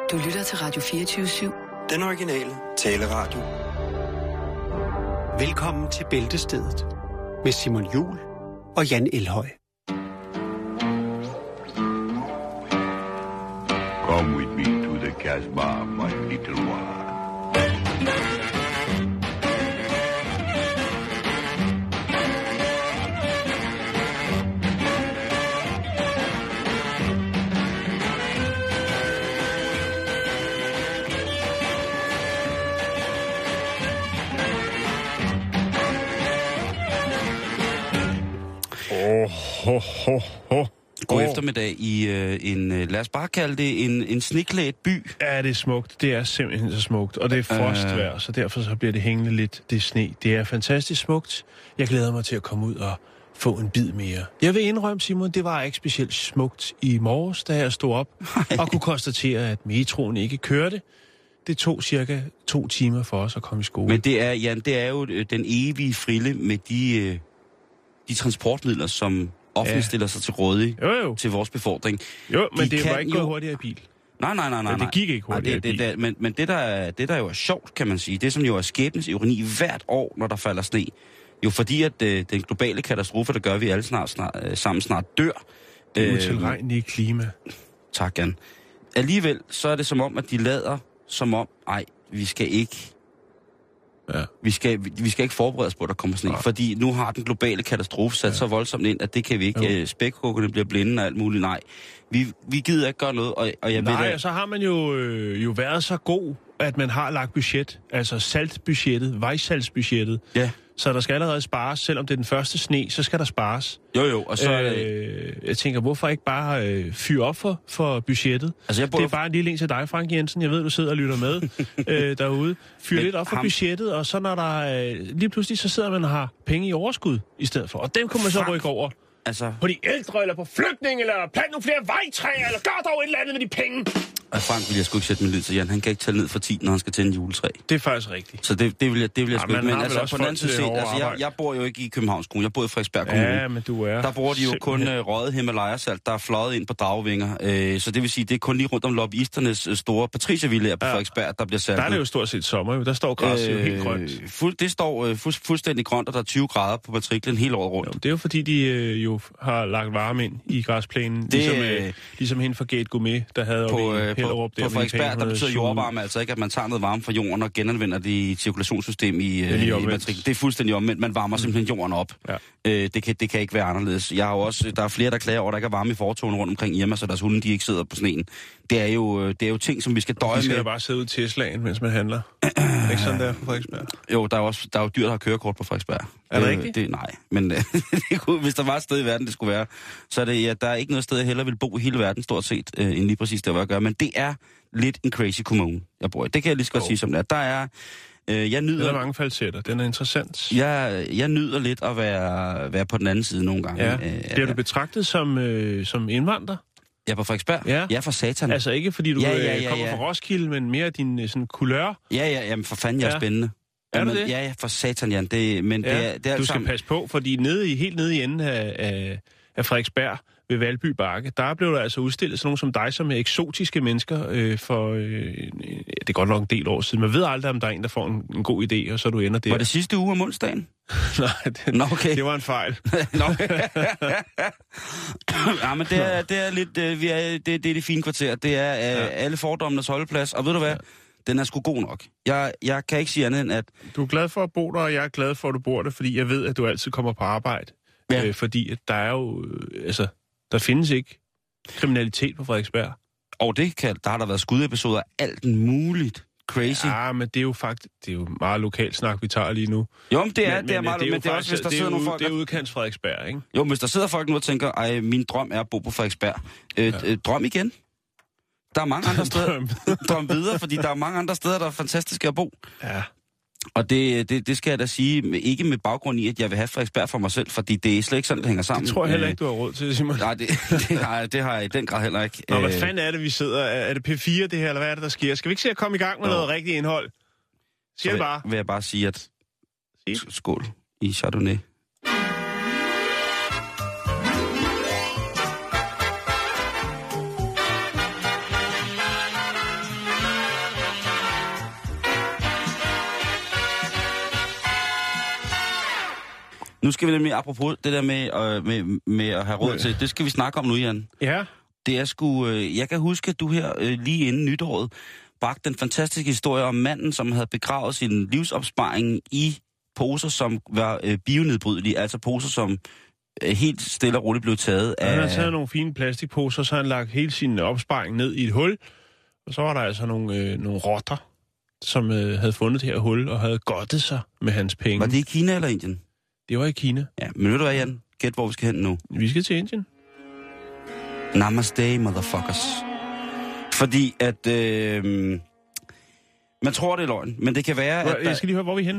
Du lytter til Radio 24/7. Den originale taleradio. Velkommen til Bæltestedet med Simon Juhl og Jan Elhøj. Come with me to the Casbah, my little one. God eftermiddag i lad os bare kalde det en sneklædt by. Ja, det er smukt. Det er simpelthen så smukt. Og det er frostvejr, så derfor så bliver det hængende lidt, det sne. Det er fantastisk smukt. Jeg glæder mig til at komme ud og få en bid mere. Jeg vil indrømme, Simon, det var ikke specielt smukt i morges, da jeg stod op og kunne konstatere, at metroen ikke kørte. Det tog cirka 2 timer for os at komme i skole. Men det er, Jan, det er jo den evige frille med de transportmidler, som offentligt stiller sig til rådighed til vores befordring. Jo, men det var ikke gået hurtigere i bil. Nej. Men det gik ikke hurtigere i bil. Men det der jo er sjovt, kan man sige, det som jo er skæbnens ironi hvert år, når der falder sne, jo fordi at den globale katastrofe, der gør, at vi alle sammen snart dør. Det utilregnelige klima. Tak, Jan. Alligevel, så er det som om, at de lader som om, vi skal ikke... Ja. Vi skal ikke forberede os på, at der kommer sne, fordi nu har den globale katastrofe sat så voldsomt ind, at det kan vi ikke. Spækhuggerne bliver blinde og alt muligt. Nej, vi gider ikke gøre noget. Og jeg ved, og så har man jo været så god, at man har lagt budget, altså saltbudgettet, vejsalgsbudgettet. Ja. Så der skal allerede spares, selvom det er den første sne, så skal der spares. Jo, og så jeg tænker, hvorfor ikke bare fyre op for budgettet? Altså, det er bare en lille en til dig, Frank Jensen. Jeg ved, du sidder og lytter med derude. Fyr lidt op for budgettet, og så når der lige pludselig, så sidder man og har penge i overskud i stedet for. Og dem kunne man så rykke over. Altså... på de ældre, eller på flygtninge, eller plant nogle flere vejtræer, eller gør dog et eller andet med de penge. Og Frank vil jeg sgu ikke sætte min lid til, Jan. Han kan ikke tælle ned fra 10, når han skal tænde juletræ. Det er faktisk rigtigt. Så det vil jeg sgu ikke. Men altså, på den anden side, jeg bor jo ikke i Københavns Kommune. Jeg bor i Frederiksberg Kommune. Ja, men du er... Der bruger de jo kun røget Himalaya-salt, der er fløjet ind på dragvinger. Så det vil sige, det er kun lige rundt om lobbyisternes store patriciervillaer på Frederiksberg, der bliver sat. Der er det jo stort set sommer, jo. Der står græs jo helt grønt. Det står fuldstændig grønt, og der er 20 grader på matriklen hele året rundt. Jo, det er jo fordi, de jo har lagt varme ind i græsplænen, ligesom hende fra Gate Gourmet, der havde oppe i Hellerup. På Frederiksberg, der betyder jordvarme altså ikke, at man tager noget varme fra jorden og genanvender det i cirkulationssystem i matriklen. Det er fuldstændig omvendt. Man varmer simpelthen jorden op. Ja. Det kan ikke være anderledes. Jeg har også, der er flere, der klager over, at der ikke er varme i fortoven rundt omkring Irma, så deres hunde de ikke sidder på sneen. Det er jo ting, som vi skal døje med. Vi skal bare sidde ud til Teslaen, mens man handler. Ikke sådan der på Frederiksberg? Jo, der er jo dyr, der har kørekort på Frederiksberg. Er det rigtigt? Nej, men hvis der var et sted i verden, det skulle være, så er det, der er ikke noget sted, jeg hellere vil bo i hele verden, stort set, end lige præcis det, hvad jeg gør. Men det er lidt en crazy kommune, jeg bor i. Det kan jeg lige så godt sige som det er. Der er... jeg nyder... Den er mange falsetter. Den er interessant. Jeg nyder lidt at være på den anden side nogle gange. Ja. Bliver du betragtet som indvandrer? Ja, på Frederiksberg? Ja. Ja, for satan. Altså ikke fordi du kommer fra Roskilde, men mere din sådan kulør? Jamen for fanden, jeg er spændende. Er du det? Ja, for satan, Jan. Det er du skal passe på, fordi helt nede i enden af Frederiksberg, ved Valby Bakke, der blev der altså udstillet sådan nogle som dig, som er eksotiske mennesker det er godt nok en del år siden. Man ved aldrig, om der er en, der får en god idé, og så du ender der. Var det sidste uge om onsdagen? Nej, det var en fejl. Ja, men det er lidt, det er det fine kvarter. Det er alle fordommenes holdeplads, og ved du hvad? Ja. Den er sgu god nok. Jeg kan ikke sige andet end, at... Du er glad for at bo der, og jeg er glad for, at du bor der, fordi jeg ved, at du altid kommer på arbejde. Ja. Fordi at der er jo... der findes ikke kriminalitet på Frederiksberg. Og der har der været skudepisoder af alt muligt crazy. Ja, men det er jo faktisk... Det er jo meget lokalt snak, vi tager lige nu. Jo, men det er meget... Men det er også, hvis der sidder nogle folk... Det er udkants Frederiksberg, ikke? Jo, hvis der sidder folk nu og tænker, min drøm er at bo på Frederiksberg. Drøm igen. Der er mange andre steder. Drøm videre, fordi der er mange andre steder, der er fantastiske at bo. Ja. Og det skal jeg da sige, ikke med baggrund i, at jeg vil have Frederiksberg for mig selv, fordi det er slet ikke sådan, det hænger sammen. Det tror jeg heller ikke, du har råd til, Simon. Nej, det har jeg i den grad heller ikke. Nå, hvad fanden er det, vi sidder? Er det P4, det her, eller hvad er det, der sker? Skal vi ikke se at komme i gang med noget rigtigt indhold? Siger det bare. Vil jeg bare sige, at skål i Chardonnay. Nu skal vi nemlig, apropos det der med at have råd til, det skal vi snakke om nu, Jan. Ja. Det er sgu... Jeg kan huske, at du her lige inden nytåret bragte den fantastiske historie om manden, som havde begravet sin livsopsparing i poser, som var bionedbrydelige, altså poser, som helt stille og roligt blev taget af... Han havde taget nogle fine plastikposer, så han lagt hele sin opsparing ned i et hul, og så var der altså nogle rotter, som havde fundet det her hul og havde godtet sig med hans penge. Var det i Kina eller Indien? Det var i Kina. Ja, men ved du hvad, Jan? Gæt, hvor vi skal hen nu. Vi skal til Indien. Namaste, motherfuckers. Fordi at... man tror, det er løgn, men det kan være, at... Jeg skal lige høre, hvor vi er henne.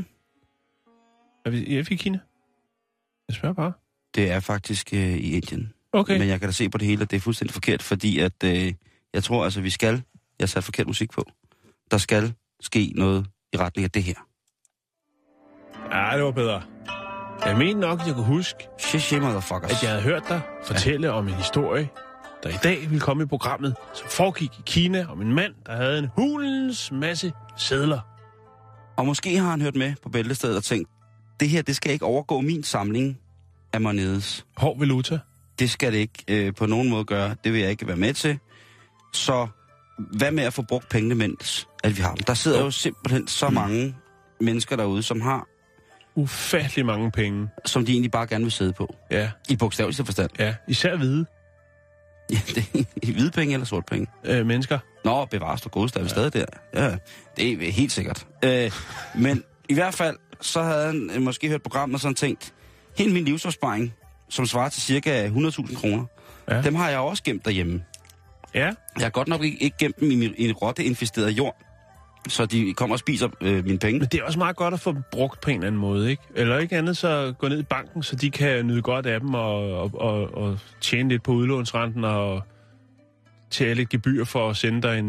Er vi i Kina? Jeg spørger bare. Det er faktisk i Indien. Okay. Men jeg kan da se på det hele, at det er fuldstændig forkert, fordi at jeg tror altså, vi skal... Jeg har sat forkert musik på. Der skal ske noget i retning af det her. Ja, det var bedre. Jeg mener nok, at jeg kunne huske, motherfuckers. At jeg havde hørt dig fortælle om en historie, der i dag ville komme i programmet, som foregik i Kina om en mand, der havde en hulens masse sedler. Og måske har han hørt med på bæltestedet og tænkt, det her, det skal ikke overgå min samling af monedes. Hård valuta. Det skal det ikke på nogen måde gøre. Det vil jeg ikke være med til. Så hvad med at få brugt pengene, mens at vi har dem? Der sidder jo simpelthen så mange mennesker derude, som har ufattelig mange penge. Som de egentlig bare gerne vil sidde på. Ja. I bogstaveligste forstand. Ja, især hvide. Ja, det er hvide penge eller sort penge? Mennesker. Nå, bevares du godeste, er vi stadig der? Ja, det er helt sikkert. Men i hvert fald, så havde han måske hørt programmet og sådan tænkt, hele min livsopsparing, som svarer til cirka 100.000 kroner, dem har jeg også gemt derhjemme. Ja. Jeg har godt nok ikke gemt dem i en rotteinfesteret jord, så de kommer og spiser mine penge. Men det er også meget godt at få dem brugt på en eller anden måde, ikke? Eller ikke andet, så gå ned i banken, så de kan nyde godt af dem og tjene lidt på udlånsrenten og tage lidt gebyr for at sende dig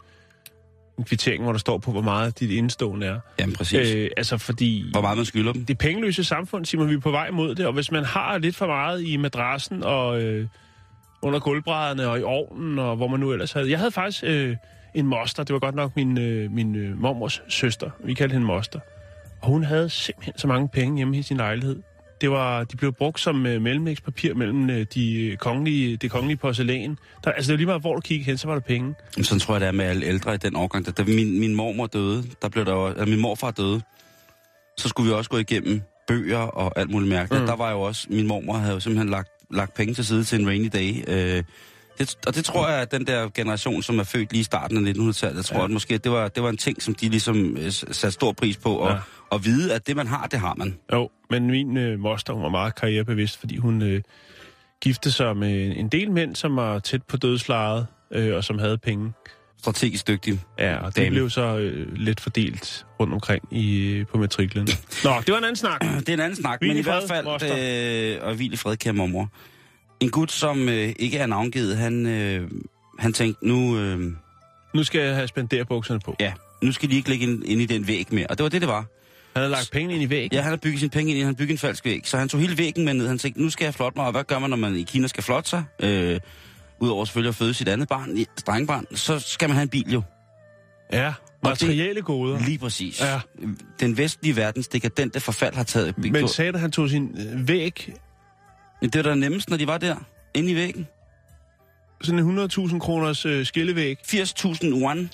en kvittering, hvor der står på, hvor meget dit indstående er. Jamen præcis. Altså fordi... Hvor meget man skylder dem. Det pengeløse samfund, siger man, vi er på vej mod det, og hvis man har lidt for meget i madrassen og under gulvbrædderne og i ovnen, og hvor man nu ellers havde... Jeg havde faktisk... en moster. Det var godt nok min mormors søster. Vi kaldte hende moster. Og hun havde simpelthen så mange penge hjemme i sin lejlighed. De blev brugt som mellemlægspapir mellem det kongelige porcelæn. Det var lige meget, hvor du kiggede hen, så var der penge. Sådan tror jeg, det er med alle ældre i den årgang. Da min mormor døde, min morfar døde, så skulle vi også gå igennem bøger og alt muligt mærkeligt. Der var jo også, min mormor havde jo simpelthen lagt penge til side til en rainy day. Det tror jeg, at den der generation, som er født lige i starten af 1900-tallet, jeg tror, at måske det var en ting, som de ligesom satte stor pris på, og vide, at det man har, det har man. Jo, men min moster, hun var meget karrierebevidst, fordi hun giftede sig med en del mænd, som var tæt på dødslejet, og som havde penge. Strategisk dygtig. Ja, og det blev så lidt fordelt rundt omkring på matriklen. Nå, det var en anden snak. Det er en anden snak, men i hvert fald, og hvil i fred, kære mormor. En gut, som ikke er navngivet, han tænkte, nu skal jeg have spenderbukserne på. Ja, nu skal de ikke ligge ind i den væg mere. Og det var det var. Han havde lagt penge ind i væggen? Ja, han havde bygget sine penge ind i, han byggede en falsk væg. Så han tog hele væggen med ned. Han tænkte, nu skal jeg flotte mig, og hvad gør man, når man i Kina skal flotte sig? Udover selvfølgelig at føde sit andet barn, drengebarn, så skal man have en bil jo. Ja, materielle goder. Lige præcis. Ja. Den vestlige verdens dekadente forfald har taget... Men sagde du, han tog sin væg... Det var da nemmest, når de var der, inde i væggen. Sådan en 100.000 kroners skillevæg. 80.000 yuan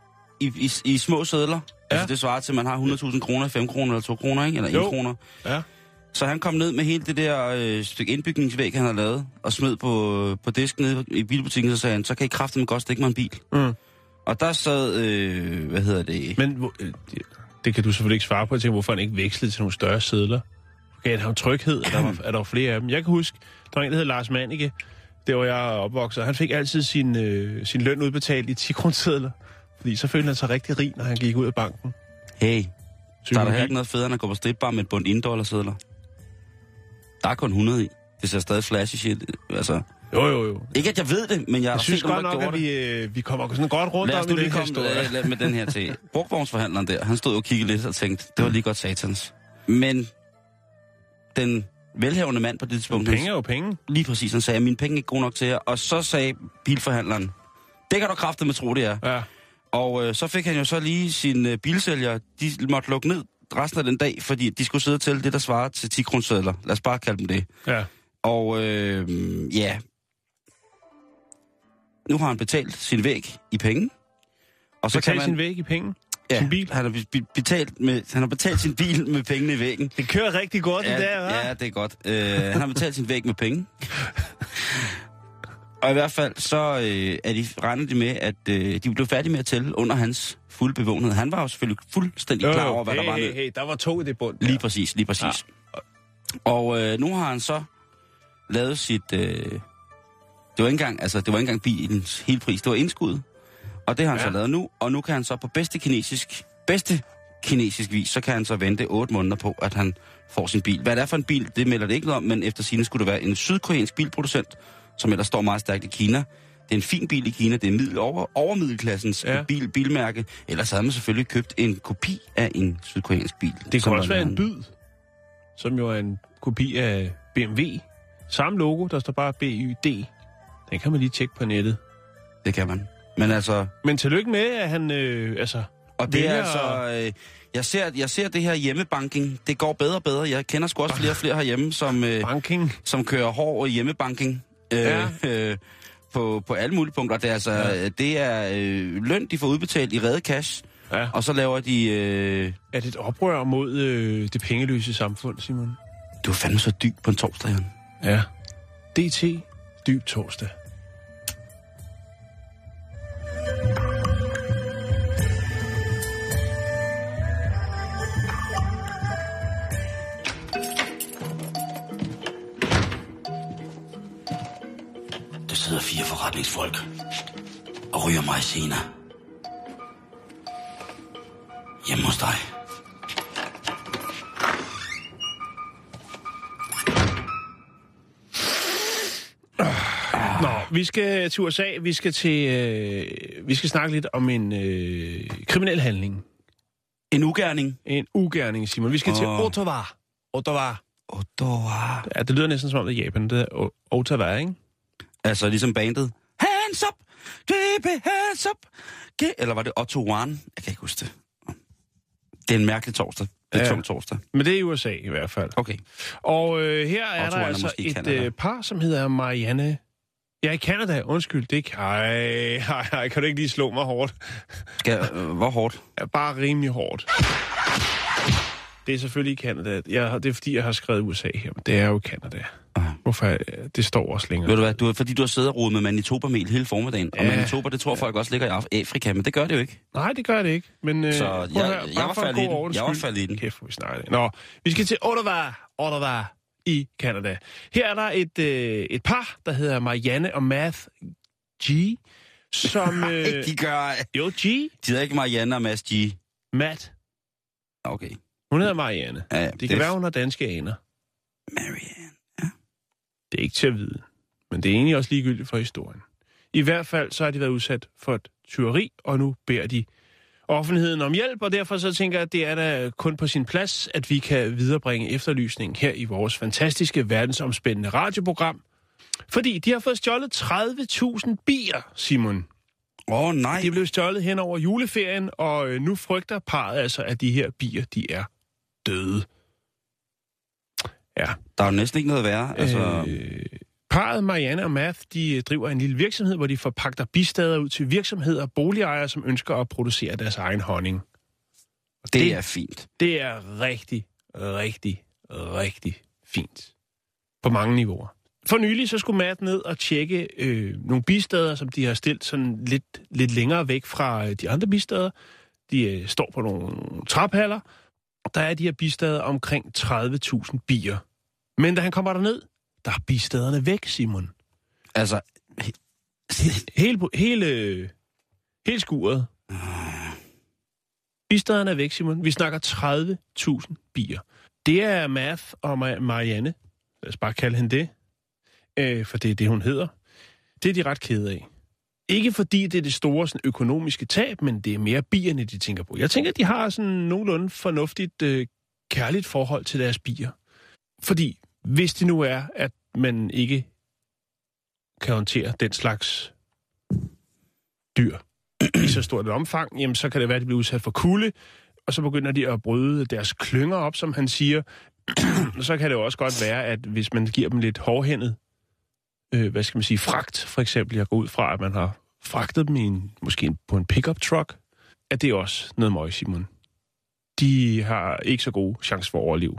i små sedler. Ja. Altså det svarer til, at man har 100.000 kroner, 5 kroner eller 2 kroner, ikke? Eller 1 kroner. Ja. Så han kom ned med hele det der stykke indbygningsvæg, han havde lavet, og smed på disken nede i bilbutikken, så sagde han, så kan I kraftedeme godt stikke mig en bil. Mm. Og der sad, Men det kan du selvfølgelig ikke svare på, til hvorfor han ikke vekslede til nogle større sedler. Gav han ham tryghed, at der var flere af dem. Jeg kan huske, der var en, der hed Lars Mannicke, der hvor jeg er opvokset. Han fik altid sin løn udbetalt i 10-kronesedler, fordi så følte han sig rigtig rig, når han gik ud af banken. Hey, der er ikke noget federe, end at gå på stripbar med et bund $1-sedler. Der er kun 100 i. Det ser stadig flashy shit. Altså. Jo. Ikke at jeg ved det, men jeg synes godt nok, at vi kommer sådan godt rundt om i den her historie. Lad med den her til. Brugtvognsforhandleren der, han stod og kiggede lidt og tænkte, det var lige godt satans. Men den velhavende mand på det tidspunkt... Penge er jo penge. Lige præcis, han sagde, at mine penge er ikke gode nok til jer. Og så sagde bilforhandleren, det kan du kraftedeme tro, det er. Ja. Og så fik han jo så lige sin bilsælger, de måtte lukke ned resten af den dag, fordi de skulle sidde til det, der svarer til 10 kronesedler. Lad os bare kalde dem det. Ja. Og ja, nu har han betalt sin væg i penge. Og så kan man sin væg i penge? Ja, sin bil? Han har betalt sin bil med pengene i væggen. Det kører rigtig godt, ja, det der, hva'? Ja, det er godt. Han har betalt sin væg med penge. Og i hvert fald så regner de med, at de blev færdige med at tælle under hans fulde bevågenhed. Han var jo selvfølgelig fuldstændig klar over, hvad der var ned. Der var tog i det bund. Der. Lige præcis. Ja. Og nu har han så lavet sit... det var ikke engang bilens hele pris, det var indskud. Og det har han så lavet nu, og nu kan han så på bedste kinesisk vis, så kan han så vente 8 måneder på, at han får sin bil. Hvad det er for en bil, det melder det ikke noget om, men efter sigende skulle det være en sydkoreansk bilproducent, som ellers står meget stærkt i Kina. Det er en fin bil i Kina, det er overmiddelklassens bilmærke. Ellers havde man selvfølgelig købt en kopi af en sydkoreansk bil. Det kan også være en byd, som jo er en kopi af BMW. Samme logo, der står bare BYD. Den kan man lige tjekke på nettet. Det kan man. Men tillykke med, at han og det er jeg ser det her hjemmebanking. Det går bedre og bedre. Jeg kender sgu også flere og flere herhjemme, som kører hård hjemmebanking. På alle mulige punkter. Det er løn, de får udbetalt i rede cash. Ja. Og så laver de... Er det et oprør mod det pengeløse samfund, Simon? Du er fandme så dyb på en torsdag, Jan. Ja. DT, dyb torsdag. Der sidder 4 forretningsfolk og ryger mig senere. Hjemme hos dig. Nå, vi skal til USA. Vi skal snakke lidt om en kriminel handling. En ugerning? En ugerning, Simon. Vi skal til Ottawa. Ja, det lyder næsten som om det er Japan. Det er Ottawa, ikke? Altså ligesom bandet. Hands up! Keep it hands up! Eller var det Ottawa? Jeg kan ikke huske det. Det er en mærkelig torsdag. Det er tung torsdag. Men det er i USA i hvert fald. Okay. Og her er der altså et par, som hedder Marianne. Ja, i Canada. Undskyld, det kan... Ej, kan du ikke lige slå mig hårdt? Hvor hårdt? Ja, bare rimelig hårdt. Det er selvfølgelig i Canada. Det er fordi, jeg har skrevet USA her, men det er jo Canada. Hvorfor? Det står også længere. Ved du hvad? Fordi du har siddet og rodet med Manitoba-mel hele formiddagen. Ja. Og Manitoba, det tror folk også ligger i Afrika, men det gør det jo ikke. Nej, det gør det ikke. Men, så jeg var faldet i den. Kæft, hvor vi snakker det. Nå, vi skal til Ottawa i Canada. Her er der et par, der hedder Marianne og Math G, som... de gør... Jo, G. De hedder ikke Marianne og Math G. Matt. Okay. Hun hedder Marianne. Ja, det kan være, hun har danske aner. Marianne. Det er ikke til at vide, men det er egentlig også ligegyldigt for historien. I hvert fald så har de været udsat for et tyveri, og nu beder de offentligheden om hjælp, og derfor så tænker jeg, at det er da kun på sin plads, at vi kan viderebringe efterlysning her i vores fantastiske, verdensomspændende radioprogram. Fordi de har fået stjålet 30.000 bier, Simon. Nej. De blev stjålet hen over juleferien, og nu frygter parret altså, at de her bier, de er døde. Ja. Der er jo næsten ikke noget værre. Altså... Parret Marianne og Math, de driver en lille virksomhed, hvor de forpagter bistader ud til virksomheder og boligejere, som ønsker at producere deres egen honning. Og det er fint. Det er rigtig, rigtig, rigtig fint. På mange niveauer. For nylig så skulle Matt ned og tjekke nogle bistader, som de har stillet sådan lidt længere væk fra de andre bistader. De står på nogle traphaller. Der er de her bistader omkring 30.000 bier. Men da han kommer derned, der er bistaderne væk, Simon. Altså... Helt skuret. Bistaderne er væk, Simon. Vi snakker 30.000 bier. Det er Math og Marianne. Lad os bare kalde hende det. For det er det, hun hedder. Det er de ret kede af. Ikke fordi det er det store sådan, økonomiske tab, men det er mere bierne, de tænker på. Jeg tænker, at de har sådan nogenlunde fornuftigt, kærligt forhold til deres bier. Fordi hvis det nu er, at man ikke kan håndtere den slags dyr i så stort et omfang, jamen så kan det være, at de bliver udsat for kulde, og så begynder de at bryde deres klynger op, som han siger. Så kan det jo også godt være, at hvis man giver dem lidt hårdhændet, fragt, for eksempel. Jeg går ud fra, at man har fragtet dem måske på en pickup truck, at det er også noget møg, Simon. De har ikke så gode chancer for at overleve.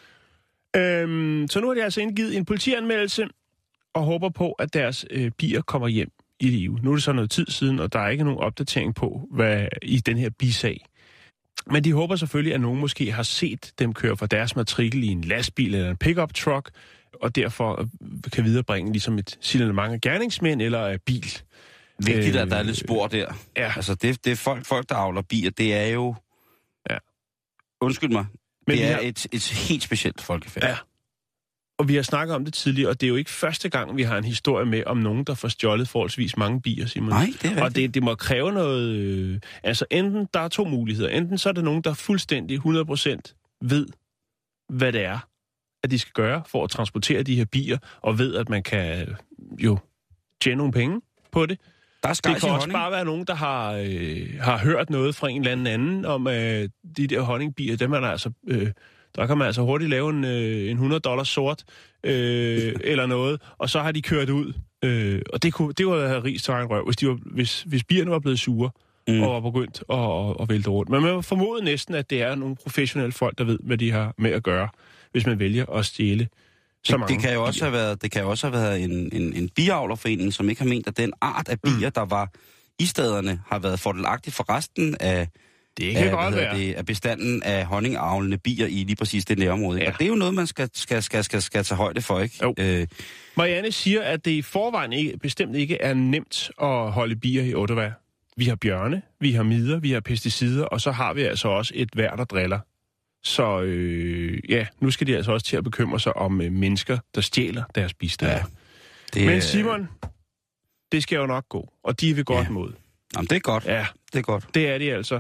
Så nu har de altså indgivet en politianmeldelse, og håber på, at deres bier kommer hjem i live. Nu er det så noget tid siden, og der er ikke nogen opdatering på, hvad i den her bisag. Men de håber selvfølgelig, at nogen måske har set dem køre fra deres matrikel i en lastbil eller en pickup truck, og derfor kan viderebringe ligesom et signalement af gerningsmænd eller af bil. Vigtigt, at der er lidt spor der. Ja. Altså, det er folk, der avler bier, det er jo... Ja. Undskyld mig. Men det er et helt specielt folkefærd. Ja. Og vi har snakket om det tidligere, og det er jo ikke første gang, vi har en historie med om nogen, der får stjålet forholdsvis mange bier, Simon. Nej, det er og det må kræve noget... enten, der er 2 muligheder. Enten så er der nogen, der fuldstændig 100% ved, hvad det er, at de skal gøre for at transportere de her bier, og ved, at man kan jo tjene nogle penge på det. Det kan også bare være nogen, der har hørt noget fra en eller anden om de der honningbier. Dem er der altså... Der kan man altså hurtigt lave en $100 sort eller noget, og så har de kørt ud. Og det var have ris til egen røv, hvis bierne var blevet sure og var begyndt at vælte rundt. Men man formoder næsten, at det er nogle professionelle folk, der ved, hvad de har med at gøre, hvis man vælger at stjæle så mange. Det kan jo også have været en biavlerforening, som ikke har ment, at den art af bier, der var i stederne, har været fordelagtig for resten af... Det kan godt være. Det er bestanden af honningavlende bier i lige præcis det nærområde. Ja. Og det er jo noget, man skal tage højde for, ikke? Marianne siger, at det i forvejen bestemt ikke er nemt at holde bier i Ottawa. Vi har bjørne, vi har mider, vi har pesticider, og så har vi altså også et vejr, der driller. Så nu skal de altså også til at bekymre sig om mennesker, der stjæler deres bistander. Ja, men Simon, det skal jo nok gå, og de vil godt mod. Jamen, det er godt. Ja, det er godt. Det er de altså.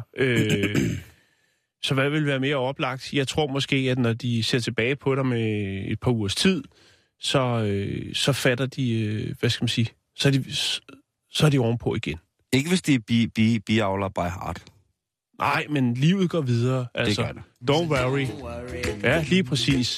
Så hvad vil være mere oplagt? Jeg tror måske, at når de ser tilbage på dig med et par ugers tid, så fatter de, så er de ovenpå igen. Ikke hvis de er biavler by heart. Nej, men livet går videre. Altså, det gør det. Don't worry. Ja, lige præcis.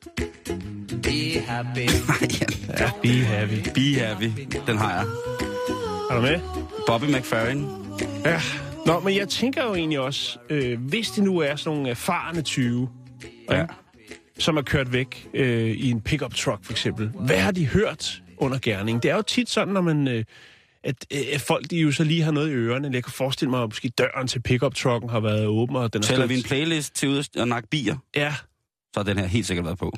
Be happy. Ja, be happy. Be happy. Den har jeg. Er du med? Bobby McFerrin. Ja. Nå, men jeg tænker jo egentlig også, hvis det nu er sådan nogle erfarne 20, som er kørt væk i en pickup truck for eksempel, hvad har de hørt under gerningen? Det er jo tit sådan, når man... At folk, de jo så lige har noget i ørerne. Jeg kan forestille mig, at måske døren til pickup-trucken har været åben, og den er... Tæller vi en playlist til ud at nakke bier? Ja. Så har den her helt sikkert været på.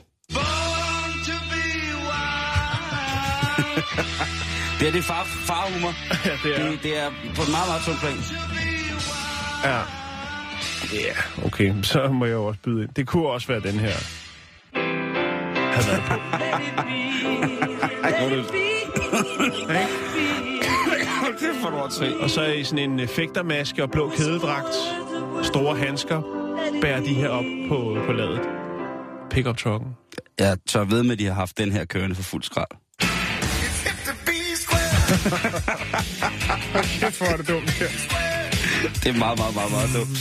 det er farhumor. Ja, det er på en meget, meget tung plan. Ja. Ja, okay. Så må jeg jo også byde ind. Det kunne også være den her. Har været på. Det får du også se. Og så i sådan en fægtermaske og blå kædedragt, store handsker, bærer de her op på ladet. Pickup-trucken. Jeg tør ved med, at de har haft den her kørende for fuld skrald. Okay, for er det dumt her. Det er meget, meget, meget, meget dumt.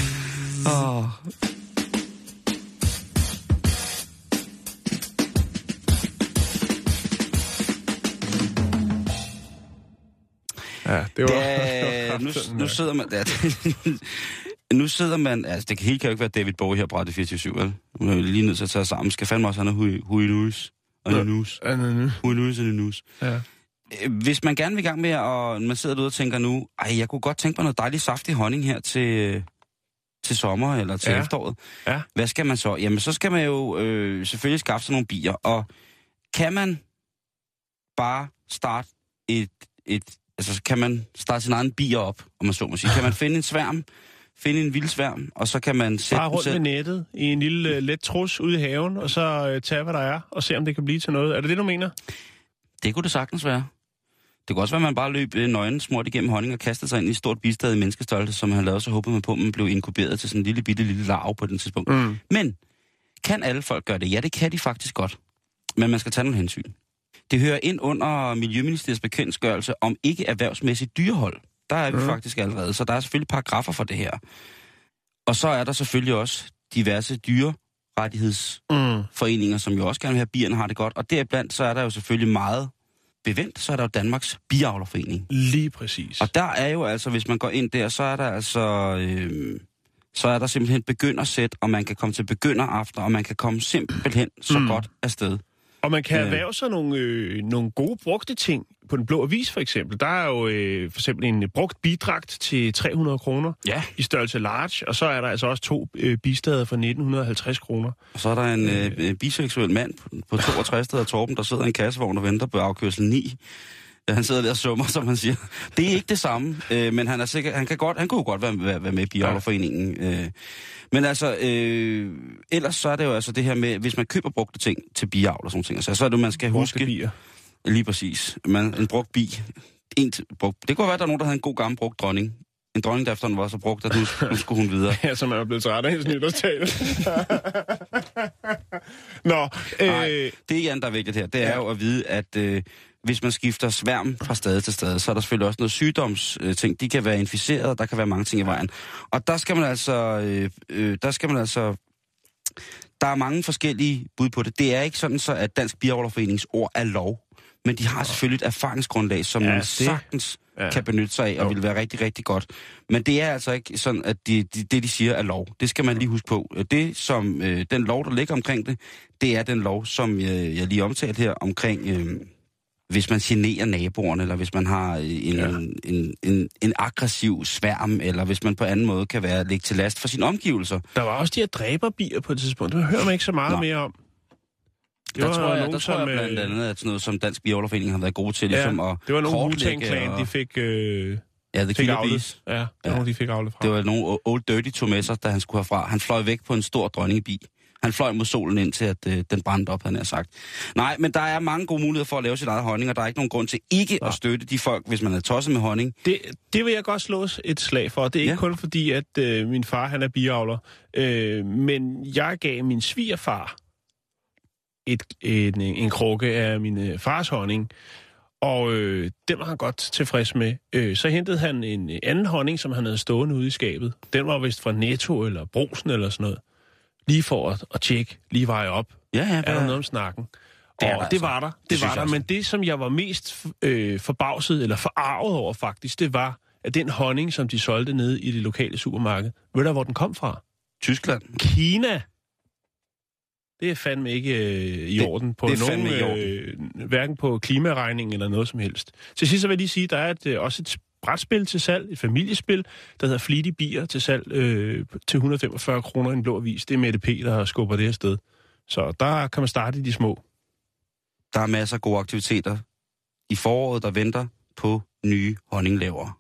Ja, det var... Nu sidder man... Ja, nu sidder man... Altså, det kan helt jo ikke være David Bowie her på Radio 24/7, vel? Nu er vi lige nødt til at tage sammen. Skal fandme også have noget Huinus. Huinus. Ja. Hvis man gerne vil i gang med, og man sidder derude og tænker nu, jeg kunne godt tænke mig noget dejligt saftig honning her til sommer eller til efteråret. Ja. Hvad skal man så? Jamen, så skal man jo selvfølgelig skaffe sig nogle bier. Og kan man bare starte altså kan man starte sin egen bier op, om man så må sige. Kan man finde en sværm, finde en vildsværm, og så kan man sætte... Bare rundt med nettet i en lille let trus ude i haven, og så tage, hvad der er, og se, om det kan blive til noget. Er det det, du mener? Det kunne det sagtens være. Det kunne også være, at man bare løb nøgen smurt igennem honning og kastede sig ind i et stort bistad i menneskestørrelse, som han lavede, så håbede man på, at man blev inkuberet til sådan en lille larve på den tidspunkt. Mm. Men kan alle folk gøre det? Ja, det kan de faktisk godt. Men man skal tage nogle hensyn. Det hører ind under Miljøministeriets bekendtgørelse om ikke erhvervsmæssigt dyrehold. Der er vi faktisk allerede, så der er selvfølgelig paragraffer for det her. Og så er der selvfølgelig også diverse dyrerettighedsforeninger, som jo også gerne vil have, at bierne har det godt. Og deriblandt så er der jo selvfølgelig meget bevendt, så er der jo Danmarks Biavlerforening. Lige præcis. Og der er jo altså, hvis man går ind der, så er der altså... så er der simpelthen begyndersæt, og man kan komme til begynderaften, og man kan komme simpelthen så godt afsted. Og man kan erhverve sig nogle gode brugte ting på Den Blå Avis, for eksempel. Der er jo for eksempel en brugt bidragt til 300 kroner i størrelse large, og så er der altså også 2 bistader for 1950 kroner. Og så er der en biseksuel mand på 62, der hedder Torben, der sidder i en kassevogn og venter på afkørsel 9. Han sidder der og summer, som han siger. Det er ikke det samme, men han er sikker, han kunne jo godt være med i Biavlerforeningen. Men altså, ellers så er det jo altså det her med, hvis man køber brugte ting til biavl og sådan ting, så er det, man skal huske... Bier. Lige præcis. En brugt bi. Det kunne være, at der er nogen, der havde en god gammel brugt dronning. En dronning, der efter den var så brugt, at nu skulle hun videre. Ja, så man er blevet træt af hendes nytårstale. Det, Jan, der er vigtigt her, det er jo at vide, at hvis man skifter sværm fra stade til stade, så er der selvfølgelig også noget sygdomsting. De kan være inficeret, der kan være mange ting i vejen. Og der skal man altså... Der er mange forskellige bud på det. Det er ikke sådan, så at Dansk Biavlerforenings ord er lov. Men de har selvfølgelig et erfaringsgrundlag, som man sagtens kan benytte sig af, og vil være rigtig, rigtig godt. Men det er altså ikke sådan, at det, de siger, er lov. Det skal man lige huske på. Det, som den lov, der ligger omkring det, det er den lov, som jeg lige omtalte her omkring... hvis man generer naboerne, eller hvis man har en aggressiv sværm, eller hvis man på anden måde kan ligge til last for sine omgivelser. Der var også de her dræberbier på et tidspunkt. Det hører man ikke så meget mere om. Der tror jeg blandt andet, at sådan noget som Dansk Biavlerforening har været gode til ligesom at det var nogle Wu-Tang-klan, de fik... The Killer Bees. Ja, de fik aflet fra. Det var nogle Old Dirty tog med sig, da han skulle herfra. Han fløj væk på en stor dronningebi. Han fløj mod solen ind til, at den brændte op, han har sagt. Nej, men der er mange gode muligheder for at lave sit eget honning, og der er ikke nogen grund til ikke at støtte de folk, hvis man er tosset med honning. Det vil jeg godt slå et slag for. Det er ikke kun fordi, at min far han er biavler, men jeg gav min svigerfar en krukke af min fars honning, og den var han godt tilfreds med. Så hentede han en anden honning, som han havde stående ude i skabet. Den var vist fra Netto eller Brugsen eller sådan noget. Lige for at tjekke, lige veje op. Er der noget om snakken? Det var der. Men det, som jeg var mest forbavset eller forarvet over faktisk, det var, at den honning, som de solgte nede i det lokale supermarked, ved du, hvor den kom fra? Tyskland. Kina. Det er fandme ikke i orden på nogen, hverken på klimaregning eller noget som helst. Til sidst så vil jeg lige sige, at der er også et brætspil til salg, et familiespil, der hedder Flittige Bier til salg til 145 kroner i En Blå Avis. Det er Mette P., der skubber det her sted. Så der kan man starte i de små. Der er masser af gode aktiviteter i foråret, der venter på nye honninglavere.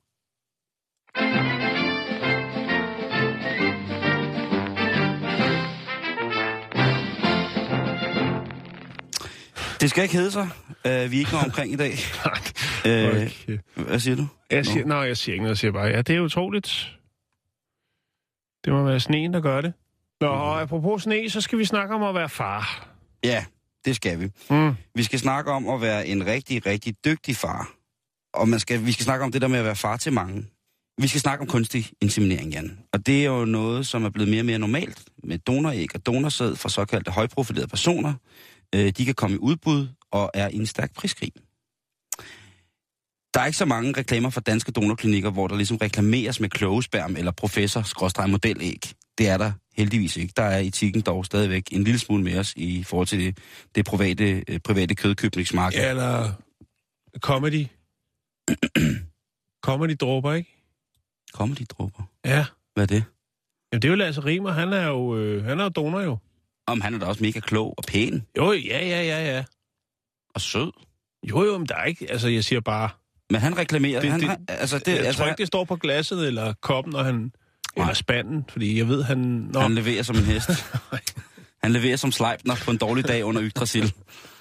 Det skal ikke hedde sig. Vi er ikke noget omkring i dag. Okay. Hvad siger du? Jeg siger ikke noget. Jeg siger bare, det er utroligt. Det må være sneen, der gør det. Og apropos sne, så skal vi snakke om at være far. Ja, det skal vi. Vi skal snakke om at være en rigtig, rigtig dygtig far. Og vi skal snakke om det der med at være far til mange. Vi skal snakke om kunstig inseminering, Jan. Og det er jo noget, som er blevet mere og mere normalt med donoræg og donorsæd fra såkaldte højprofilerede personer. De kan komme i udbud og er i en stærk priskrig. Der er ikke så mange reklamer fra danske donorklinikker, hvor der ligesom reklameres med klogesperm eller professor-modelæg. Det er der heldigvis ikke. Der er etikken dog stadigvæk en lille smule med os i forhold til det private kødkøbningsmarked. Ja, eller comedy. Comedy-dråber, ikke? Comedy-dråber? Ja. Hvad er det? Jamen, det er jo Lasse Rimer. Han er jo donor, jo. Om han er da også mega klog og pæn. Jo, ja. Og sød. Jo, men der er ikke... Altså, jeg siger bare... Men han reklamerer... Jeg tror ikke, det står på glasset eller koppen, eller spanden, fordi jeg ved, han... Han leverer som en hest. Han leverer som Sleipner på en dårlig dag under Yggdrasil.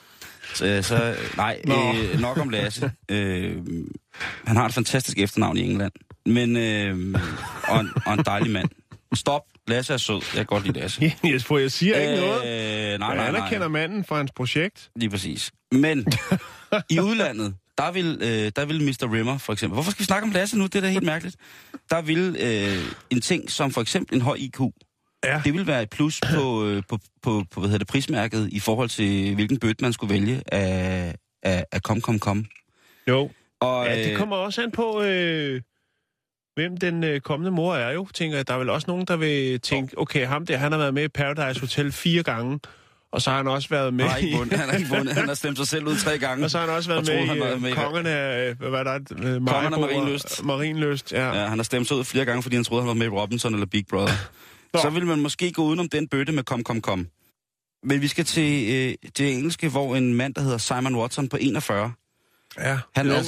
Nok om Lasse. Han har et fantastisk efternavn i England. Men... og en dejlig mand. Stop. Lasse er sød. Jeg kan godt lide Lasse. Jeg siger ikke noget. Nej. Jeg anerkender manden for hans projekt. Lige præcis. Men i udlandet, der vil Mr. Rimmer for eksempel. Hvorfor skal vi snakke om Lasse nu? Det er da helt mærkeligt. Der vil en ting som for eksempel en høj IQ. Ja. Det vil være et plus på prismærket i forhold til, hvilken bøtte man skulle vælge af kom. Jo. Og, ja, det kommer også an på, hvem den kommende mor er jo, tænker jeg. Der er vel også nogen, der vil tænke, okay, ham der, han har været med i Paradise Hotel 4 gange, og så har han også været med Han har ikke vundet, han har stemt sig selv ud 3 gange. Og så har han også været med i Kongerne af, hvad der er? Kongerne af Marienlyst. Marienlyst, ja. Ja, han har stemt sig ud flere gange, fordi han troede, han var med i Robinson eller Big Brother. Så vil man måske gå udenom den bøtte med kom. Men vi skal til det engelske, hvor en mand, der hedder Simon Watson på 41, ja,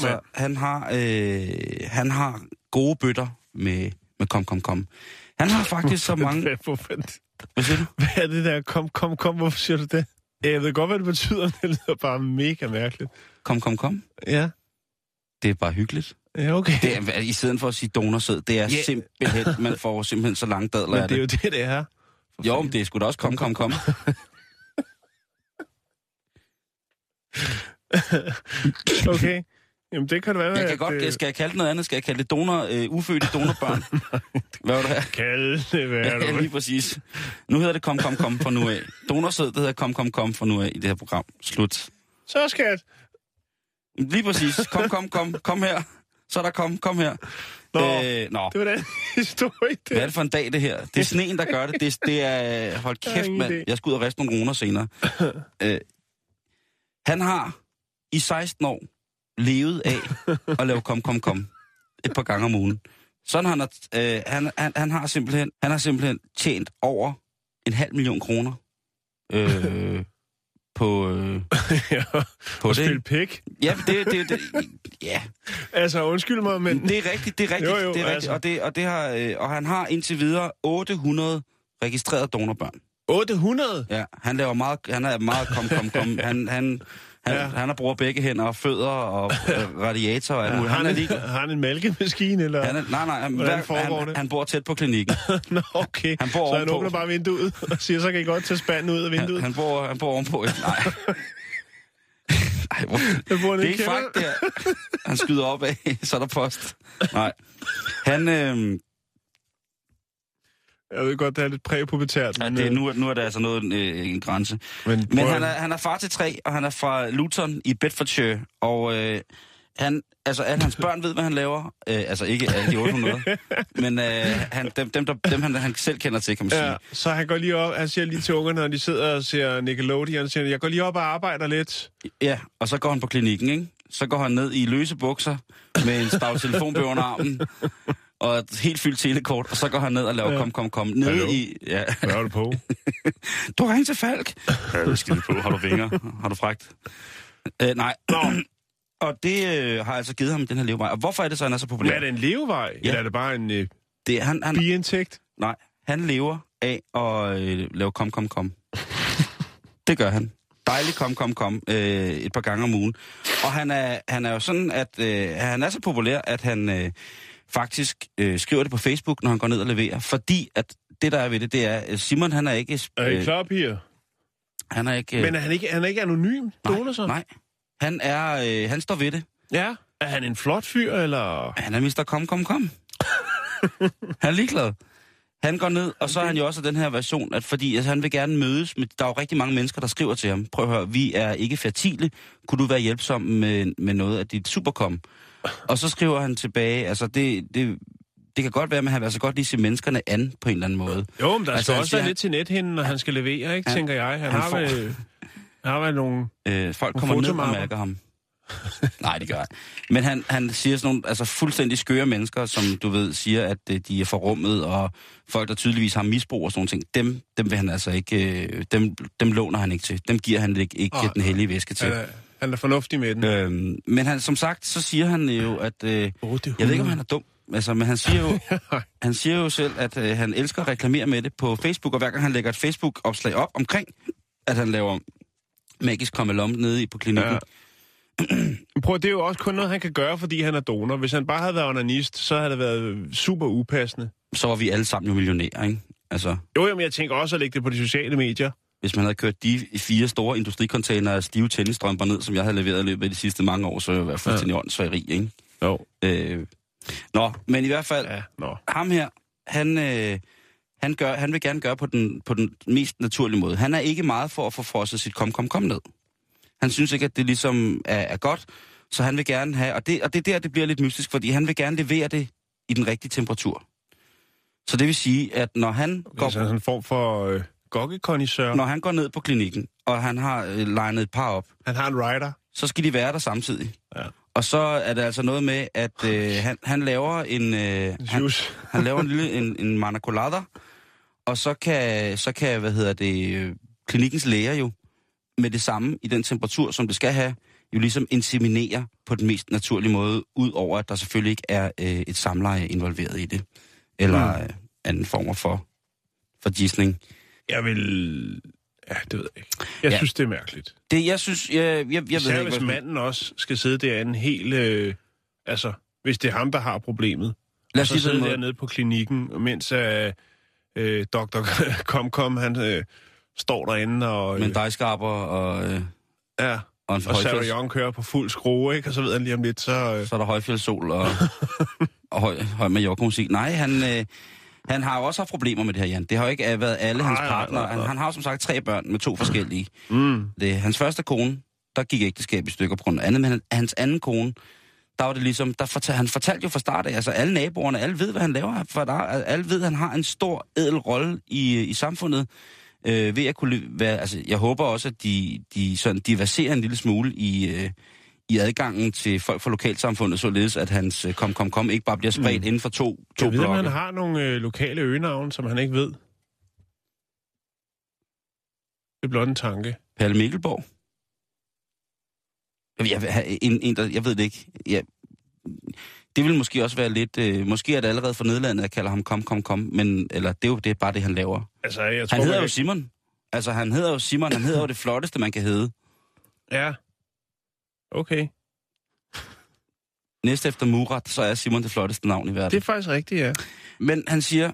han har gode bøtter med kom. Han har faktisk så mange... Hvad siger du? Hvad er det der kom? Hvorfor siger du det? Jeg ved godt, hvad det betyder, men det lyder bare mega mærkeligt. Kom? Ja. Det er bare hyggeligt. Ja, okay. Det er, i stedet for at sige donorsæd, det er simpelthen, man får simpelthen så lange dadler af det. Men det er jo det er. Jo, men det er sgu da også kom. Okay. Jamen, det kan være, jeg kan godt, skal jeg kalde det noget andet? Skal jeg kalde det ufødte donorbørn? Hvad var det her? Kald det, hvad er ja, lige præcis. Nu hedder det kom fra nu af. Donorsæd, det hedder kom fra nu af i det her program. Slut. Så skat. Lige præcis. Kom her. Så er der kom her. Nå. Det var den historie. Hvad er det for en dag, det her? Det er sneen, der gør det. Det er... Hold kæft, mand. Jeg skal ud og riste nogle kroner senere. Han har i 16 år levet af at lave kom et par gange om ugen. Sådan han har simpelthen tjent over 500.000 kroner på at spille pik. Ja, det ja. Altså undskyld mig, men det er rigtigt. Jo, det er altså. rigtigt. Og han har indtil videre 800 registrerede donorbørn. 800? Ja, han er meget kom. Han har brugt begge hænder og fødder og radiator og alt muligt. Har han en mælkemaskine, eller? Nej, han bor tæt på klinikken. Nå, okay. Så han åbner bare vinduet og siger, så kan I godt tage spanden ud af vinduet? Han bor ovenpå. Nej. Det er ikke fakt, der. Han skyder op af, så er der post. Nej. Jeg ved godt, det er lidt præpubertært. Ja, nu er der altså noget en grænse. Men han er far til 3, og han er fra Luton i Bedfordshire. Og hans børn ved, hvad han laver. Altså ikke alle de 800. Men dem han selv kender til, kan man sige. Så han går lige op, han siger lige til ungerne, når de sidder og ser Nickelodeon, siger, jeg går lige op og arbejder lidt. Ja, og så går han på klinikken, ikke? Så går han ned i løse bukser med en stav telefonbøger under armen. Og et helt fyldt telekort, og så går han ned og laver kom. Nede i... Ja. Hvad har du på? Du har ringet til Falk. Ja, det skide på. Har du vinger? Har du frækt? Nej. Og det har altså givet ham den her levevej. Og hvorfor er det så, han er så populær? Men er det en levevej? Ja. Eller er det bare en biindtægt? Nej, han lever af at lave kom. Det gør han. Dejligt kom et par gange om ugen. Og han er jo sådan, at han er så populær, at han... faktisk skriver det på Facebook, når han går ned og leverer. Fordi at det, der er ved det er, Simon, han er ikke... Er I klar, piger? Han er ikke... Men er han ikke anonym donor så? Nej. Han står ved det. Ja. Er han en flot fyr, eller...? Han er Mr. Kom. Han er ligeglad. Han går ned, og så er han jo også den her version, at fordi han vil gerne mødes med... Der er jo rigtig mange mennesker, der skriver til ham. Prøv at høre, vi er ikke fertile. Kunne du være hjælpsom med noget af dit superkom? Og så skriver han tilbage, altså det kan godt være, at han vil altså godt lige se menneskerne an på en eller anden måde. Jo, men der skal også være lidt til nethinden, når han skal levere, ikke, tænker jeg. Han har vel nogle folk kommer ned og mærker ham. Nej, det gør jeg. Men han siger sådan nogle altså fuldstændig skøre mennesker, som du ved, siger, at de er forrummet, og folk, der tydeligvis har misbrug og sådan nogle ting, dem vil han altså ikke, dem låner han ikke til. Dem giver han ikke den hellige væske til. Han er fornuftig med den. Men han, som sagt, så siger han jo, at... jeg ved ikke, om han er dum. Altså, men han siger jo selv, at han elsker at reklamere med det på Facebook, og hver gang han lægger et Facebook-opslag op omkring, at han laver magisk kommelom nede på klinikken. Ja. Prøv, det er jo også kun noget, han kan gøre, fordi han er donor. Hvis han bare havde været onanist, så havde det været super upassende. Så var vi alle sammen jo millionærer, ikke? Altså... Jo, men jeg tænker også at lægge det på de sociale medier. hvis man havde kørt de 4 store industricontainere af stive tennisstrømper ned, som jeg havde leveret i løbet af de sidste mange år, så er jeg i hvert fald til åndssvageri, ikke? Jo. Men i hvert fald, ham her, han vil gerne gøre på den mest naturlige måde. Han er ikke meget for at få frosset sit kom ned. Han synes ikke, at det ligesom er godt, så han vil gerne have, og det er der, det bliver lidt mystisk, fordi han vil gerne levere det i den rigtige temperatur. Så det vil sige, at når han går... Det er sådan en form for gokkekondisør. Når han går ned på klinikken, og han har legnet et par op... Han har en rider. Så skal de være der samtidig. Ja. Og så er det altså noget med, at han laver en... han laver en mana colada, og så kan klinikkens læger jo med det samme i den temperatur, som det skal have, jo ligesom inseminere på den mest naturlige måde, ud over at der selvfølgelig ikke er et samleje involveret i det. Eller anden former for gisning. Jeg vil... Ja, det ved jeg ikke. Jeg synes, det er mærkeligt. Det, jeg synes... Jeg især ved ikke, hvis manden også skal sidde derinde helt... hvis det er ham, der har problemet. Lad og så sidde dernede på klinikken, mens Dr. Kom, han står derinde og... med en dejskarper og... ja, og Sarah Young kører på fuld skrue, ikke? Og så ved han lige om lidt, så er der højfjeldssol og høj Mallorca-musik. Nej, han har jo også haft problemer med det her, Jan. Det har jo ikke været alle hans partnere. Han har jo som sagt 3 børn med 2 forskellige. Hans første kone, der gik ægteskab i stykker på grund af andet, men hans anden kone, der var det ligesom, han fortalte jo fra start af, altså alle naboerne, alle ved, hvad han laver, for alle ved, at han har en stor, ædel rolle i samfundet, ved at kunne være, altså jeg håber også, at de sådan diverserer en lille smule i adgangen til folk fra lokalsamfundet, således at hans kom ikke bare bliver spredt inden for to blokke. Jeg ved, om han har nogle lokale øgenavne, som han ikke ved. Det er blot en tanke. Palle Mikkelborg. Jeg ved det ikke. Det vil måske også være lidt... måske er det allerede for Nederlandet, at kalder ham kom, men eller det er bare det, han laver. Altså, jeg tror, han hedder jo Simon. Altså, han hedder jo Simon. Han hedder jo det flotteste, man kan hedde. Ja. Okay. Næst efter Murat, så er Simon det flotteste navn i verden. Det er faktisk rigtigt, ja. Men han siger,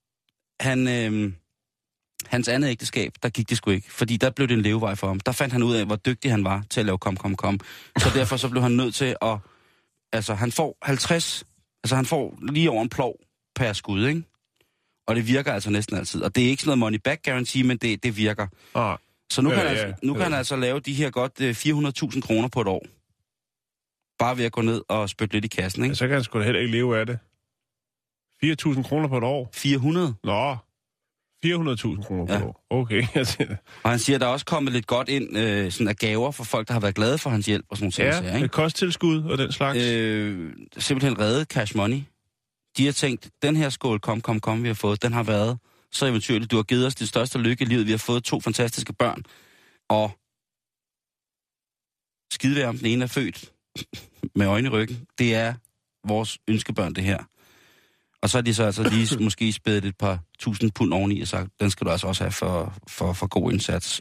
hans andet ægteskab, der gik det sgu ikke. Fordi der blev det en levevej for ham. Der fandt han ud af, hvor dygtig han var til at lave kom. Så derfor så blev han nødt til at... Altså, han får 50... Altså, han får lige over en plov per skud, ikke? Og det virker altså næsten altid. Og det er ikke sådan noget money back guarantee, men det virker. Så nu kan han altså lave de her godt 400.000 kroner på et år. Bare ved at gå ned og spytte lidt i kassen, ikke? Ja, så kan han sgu da heller ikke leve af det. 4.000 kroner på et år? 400? Nå, 400.000 kroner på et år. Okay. Og han siger, at der er også kommet lidt godt ind sådan af gaver for folk, der har været glade for hans hjælp og sådan noget. Ja, ikke? Kosttilskud og den slags. Simpelthen reddet cash money. De har tænkt, den her skål kom, vi har fået, den har været så eventyrligt. Du har givet os det største lykke i livet. Vi har fået 2 fantastiske børn. Og skide ved, om den ene er født med øjne i ryggen. Det er vores ønskebørn, det her. Og så er de så altså lige måske spædet et par 1000 pund oveni og sagt, den skal du altså også have for god indsats.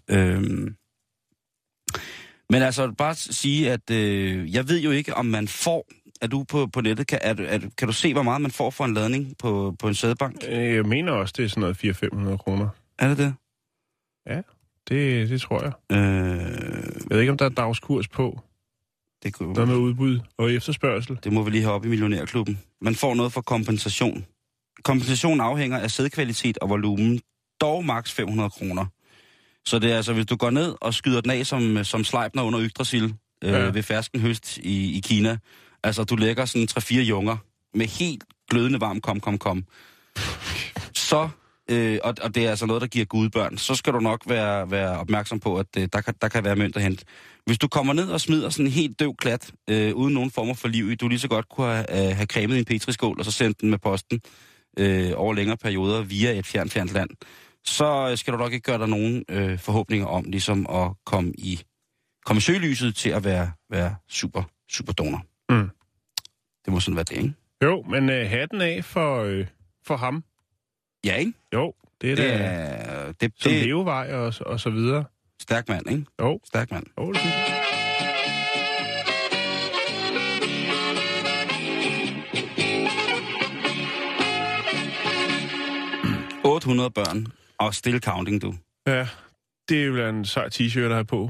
Men altså bare sige, at jeg ved jo ikke, om man får... Er du på nettet? Kan du se, hvor meget man får for en ladning på en sædebank? Jeg mener også, det er sådan noget 400-500 kroner. Er det det? Ja, det tror jeg. Jeg ved ikke, om der er dagskurs på. Det kunne... Noget med udbud og efterspørgsel. Det må vi lige have op i millionærklubben. Man får noget for kompensation. Kompensation afhænger af sædkvalitet og volumen. Dog maks 500 kroner. Så det er altså, hvis du går ned og skyder den af som Sleipner under Yggdrasil ved Ferskenhøst i Kina. Altså, du lægger sådan 3-4 junger med helt glødende varm kom. Så, og det er altså noget, der giver gudbørn, så skal du nok være opmærksom på, at der kan være mønt at hente. Hvis du kommer ned og smider sådan en helt døv klat, uden nogen former for liv i, du lige så godt kunne have cremet i en petriskål, og så sendt den med posten over længere perioder via et fjernt land, så skal du nok ikke gøre dig nogen forhåbninger om ligesom at komme i søgelyset til at være super donor. Mm. Det må sådan være det, ikke? Jo, men hatten af for ham. Ja, ikke? Jo, det er det som levevej og så videre. Stærk mand, ikke? Jo. Stærk mand. Jo, det synes jeg. 800 børn, og still counting, du. Ja, Det er jo en sej t-shirt, der er på.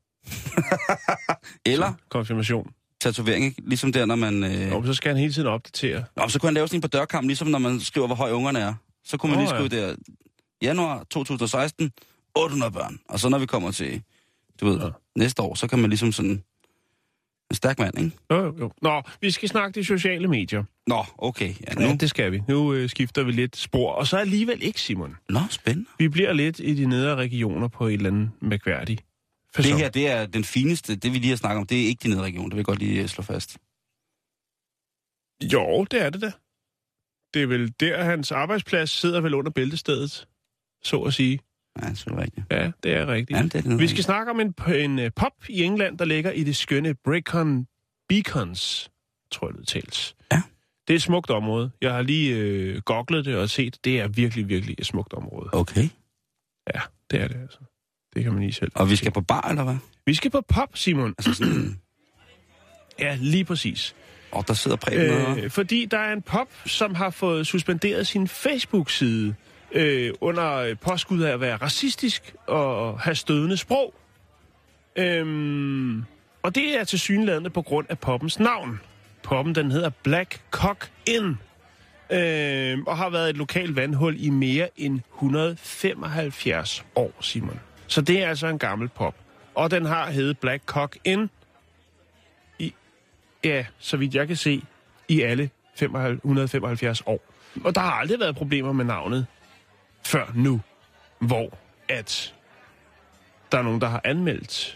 Eller? Konfirmation. Tatovering, ikke? Ligesom der, når man... Så skal han hele tiden opdatere. Så kunne han lave sådan en på dørkampen, ligesom når man skriver, hvor høj ungerne er. Så kunne man lige skrive der, januar 2016, 800 børn. Og så når vi kommer til, næste år, så kan man ligesom sådan... En stærk mand, ikke? Jo. Nå, vi skal snakke de sociale medier. Nå, okay. Ja, det skal vi. Nu skifter vi lidt spor. Og så alligevel ikke, Simon. Nå, spændende. Vi bliver lidt i de nedre regioner på et eller andet mærkværdigt. Det her, det er den fineste, det vi lige har snakket om, det er ikke de nedre regioner. Det vil jeg godt lige slå fast. Jo, det er det da. Det er vel der, hans arbejdsplads sidder vel under bæltestedet, så at sige. Ja, så er det rigtigt. Ja, det er rigtigt. Ja, det er vi skal snakke om en pub i England, der ligger i det skønne Brecon Beacons, tror jeg det tales. Ja. Det er et smukt område. Jeg har lige googlet det og set, det er virkelig, virkelig et smukt område. Okay. Ja, det er det altså. Det kan man lige selv. Og vi skal på bar, eller hvad? Vi skal på pub, Simon. Altså sådan... Ja, lige præcis. Og der sidder Preben fordi der er en pub, som har fået suspenderet sin Facebook-side under påskud af at være racistisk og have stødende sprog. Og det er tilsyneladende på grund af pubbens navn. Pubben, den hedder Black Cock Inn. Og har været et lokalt vandhul i mere end 175 år, Simon. Så det er altså en gammel pub. Og den har heddet Black Cock Inn i, ja, så vidt jeg kan se, i alle 175 år. Og der har aldrig været problemer med navnet før nu, hvor at der er nogen, der har anmeldt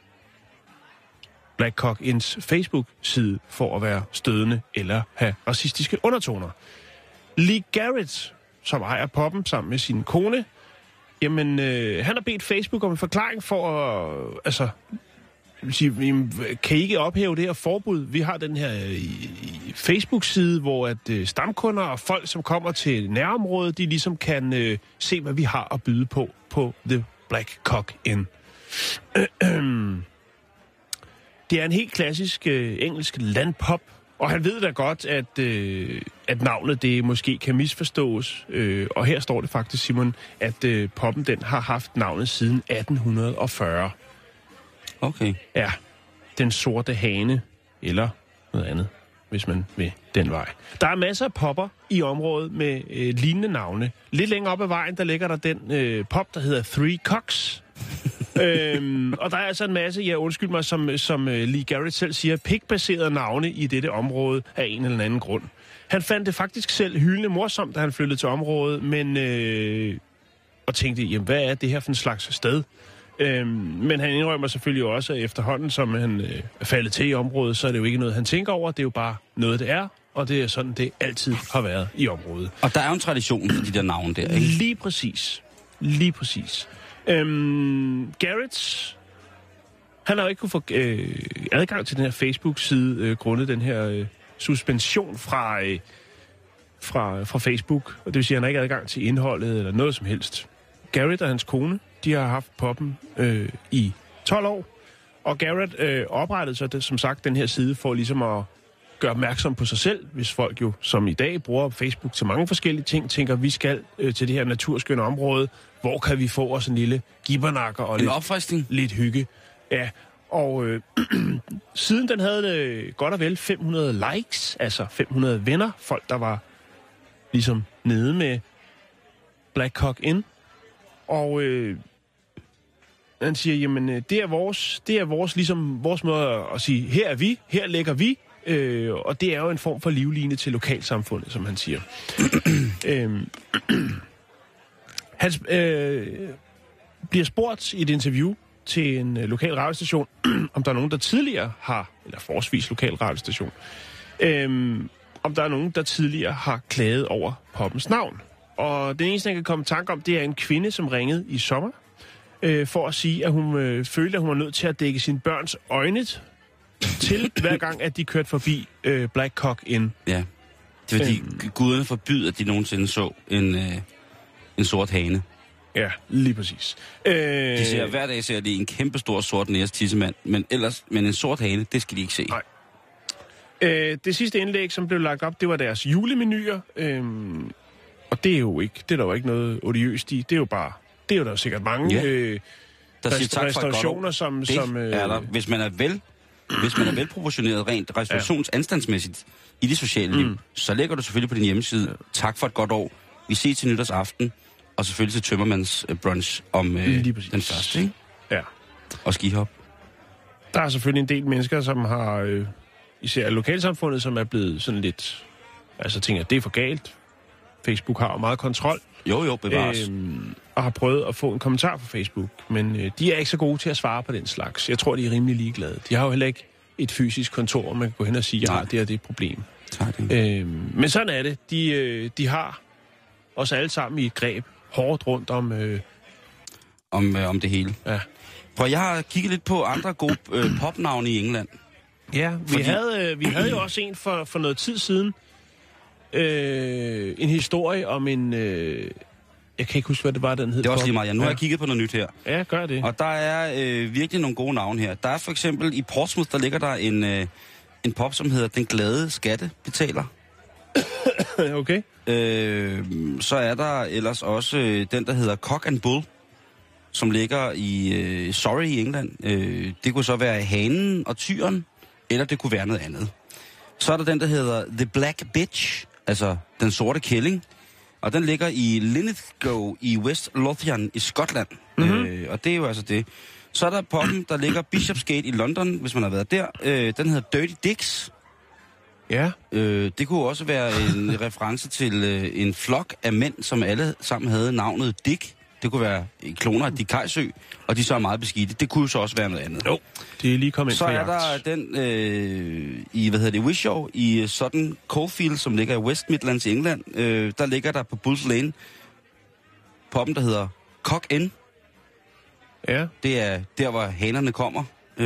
Black Cock Inns Facebook-side for at være stødende eller have racistiske undertoner. Lee Garrett, som ejer pubben sammen med sin kone, jamen, han har bedt Facebook om en forklaring for at, kan I ikke ophæve det her forbud? Vi har den her Facebook-side, hvor at stamkunder og folk, som kommer til nærområdet, de ligesom kan se, hvad vi har at byde på The Black Cock Inn. Det er en helt klassisk engelsk landpub, og han ved da godt, at navnet det måske kan misforstås. Og her står det faktisk, Simon, at pubben den har haft navnet siden 1840. Okay. Ja, den sorte hane, eller noget andet, hvis man vil den vej. Der er masser af pubber i området med lignende navne. Lidt længere op ad vejen, der ligger der den pub, der hedder Three Cocks. Og der er altså en masse, undskyld mig, som Lee Garrett selv siger, pikbaserede navne i dette område af en eller anden grund. Han fandt det faktisk selv hyldende morsomt, da han flyttede til området, men og tænkte, jamen hvad er det her for en slags sted? Men han indrømmer selvfølgelig også, at efterhånden, som han er faldet til i området, så er det jo ikke noget, han tænker over. Det er jo bare noget, det er, og det er sådan, det altid har været i området. Og der er jo en tradition for de der navne der, ikke? Lige præcis. Lige præcis. Garrett, han har jo ikke kunne få adgang til den her Facebook-side, grundet den her suspension fra Facebook. Og det vil sige, at han har ikke adgang til indholdet eller noget som helst. Garrett og hans kone, de har haft pubben i 12 år. Og Garrett oprettede så, som sagt, den her side for ligesom at gøre opmærksom på sig selv, hvis folk jo, som i dag, bruger Facebook til mange forskellige ting, tænker, vi skal til det her naturskønne område, hvor kan vi få os en lille gibbernakker og lidt hygge. Ja, og siden den havde godt og vel 500 likes, altså 500 venner, folk der var ligesom nede med Black Cock Inn. Og han siger, jamen det er vores, ligesom vores måde at sige, her er vi, her ligger vi, og det er jo en form for livline til lokalsamfundet, som han siger. Han bliver spurgt i et interview til en lokal radiostation, om der er nogen, der tidligere har, eller forholdsvis lokal radiostation, om der er nogen, der tidligere har klaget over pubbens navn. Og det eneste, jeg kan komme i tanke om, det er en kvinde, som ringede i sommer, for at sige, at hun følte, at hun var nødt til at dække sine børns øjne til, hver gang, at de kørte forbi Black Cock Inn. Ja, det er fordi guderne forbyder, at de nogensinde så en sort hane. Ja, lige præcis. Hver dag ser de en kæmpe stor sort næres tissemand, men en sort hane, det skal de ikke se. Nej. Det sidste indlæg, som blev lagt op, det var deres julemenuer. Og det er der jo ikke noget odiøst i. Det er jo bare det er jo der sikkert mange restaurationer, som er der. Hvis man er velproportioneret rent restaurationsanstandsmæssigt i det sociale liv, så lægger du selvfølgelig på din hjemmeside, tak for et godt år, vi ses til nytårsaften, og selvfølgelig til Tømmermans brunch om den første, ikke? Ja. Og skihop. Der er selvfølgelig en del mennesker, som har, især lokalsamfundet, som er blevet sådan lidt, altså tænker, det er for galt. Facebook har jo meget kontrol. Jo, bevares. Og har prøvet at få en kommentar på Facebook, men de er ikke så gode til at svare på den slags. Jeg tror, de er rimelig ligeglade. De har jo heller ikke et fysisk kontor, hvor man kan gå hen og sige, at det er et problem. Men sådan er det. De har os alle sammen i et greb, hårdt rundt om det hele. Ja. Prøv, jeg har kigget lidt på andre gode popnavne i England. Ja, vi havde jo også en for noget tid siden. En historie om en... jeg kan ikke huske, hvad det var, den hed. Det er også lige meget. Nu har jeg kigget på noget nyt her. Ja, gør det. Og der er virkelig nogle gode navne her. Der er for eksempel i Portsmouth, der ligger der en pop, som hedder Den Glade Skattebetaler. Okay. Så er der ellers også den, der hedder Cock and Bull, som ligger i Surrey i England. Det kunne så være hanen og tyren, eller det kunne være noget andet. Så er der den, der hedder The Black Bitch, altså den sorte kælling. Og den ligger i Linlithgow i West Lothian i Skotland. Og det er jo altså det. Så er der poppen, der ligger Bishopsgate i London, hvis man har været der. Den hedder Dirty Dicks. Ja. Det kunne også være en reference til en flok af mænd, som alle sammen havde navnet Dick. Det kunne være kloner af Dick Kajsø, og de så er meget beskidte. Det kunne så også være noget andet. Jo, det er lige kommet ind så er der den i, Wishaw, i Sutton Coldfield, som ligger i West Midlands i England. Der ligger der på Bulls Lane poppen, der hedder Cock N. Ja. Det er der, hvor hanerne kommer.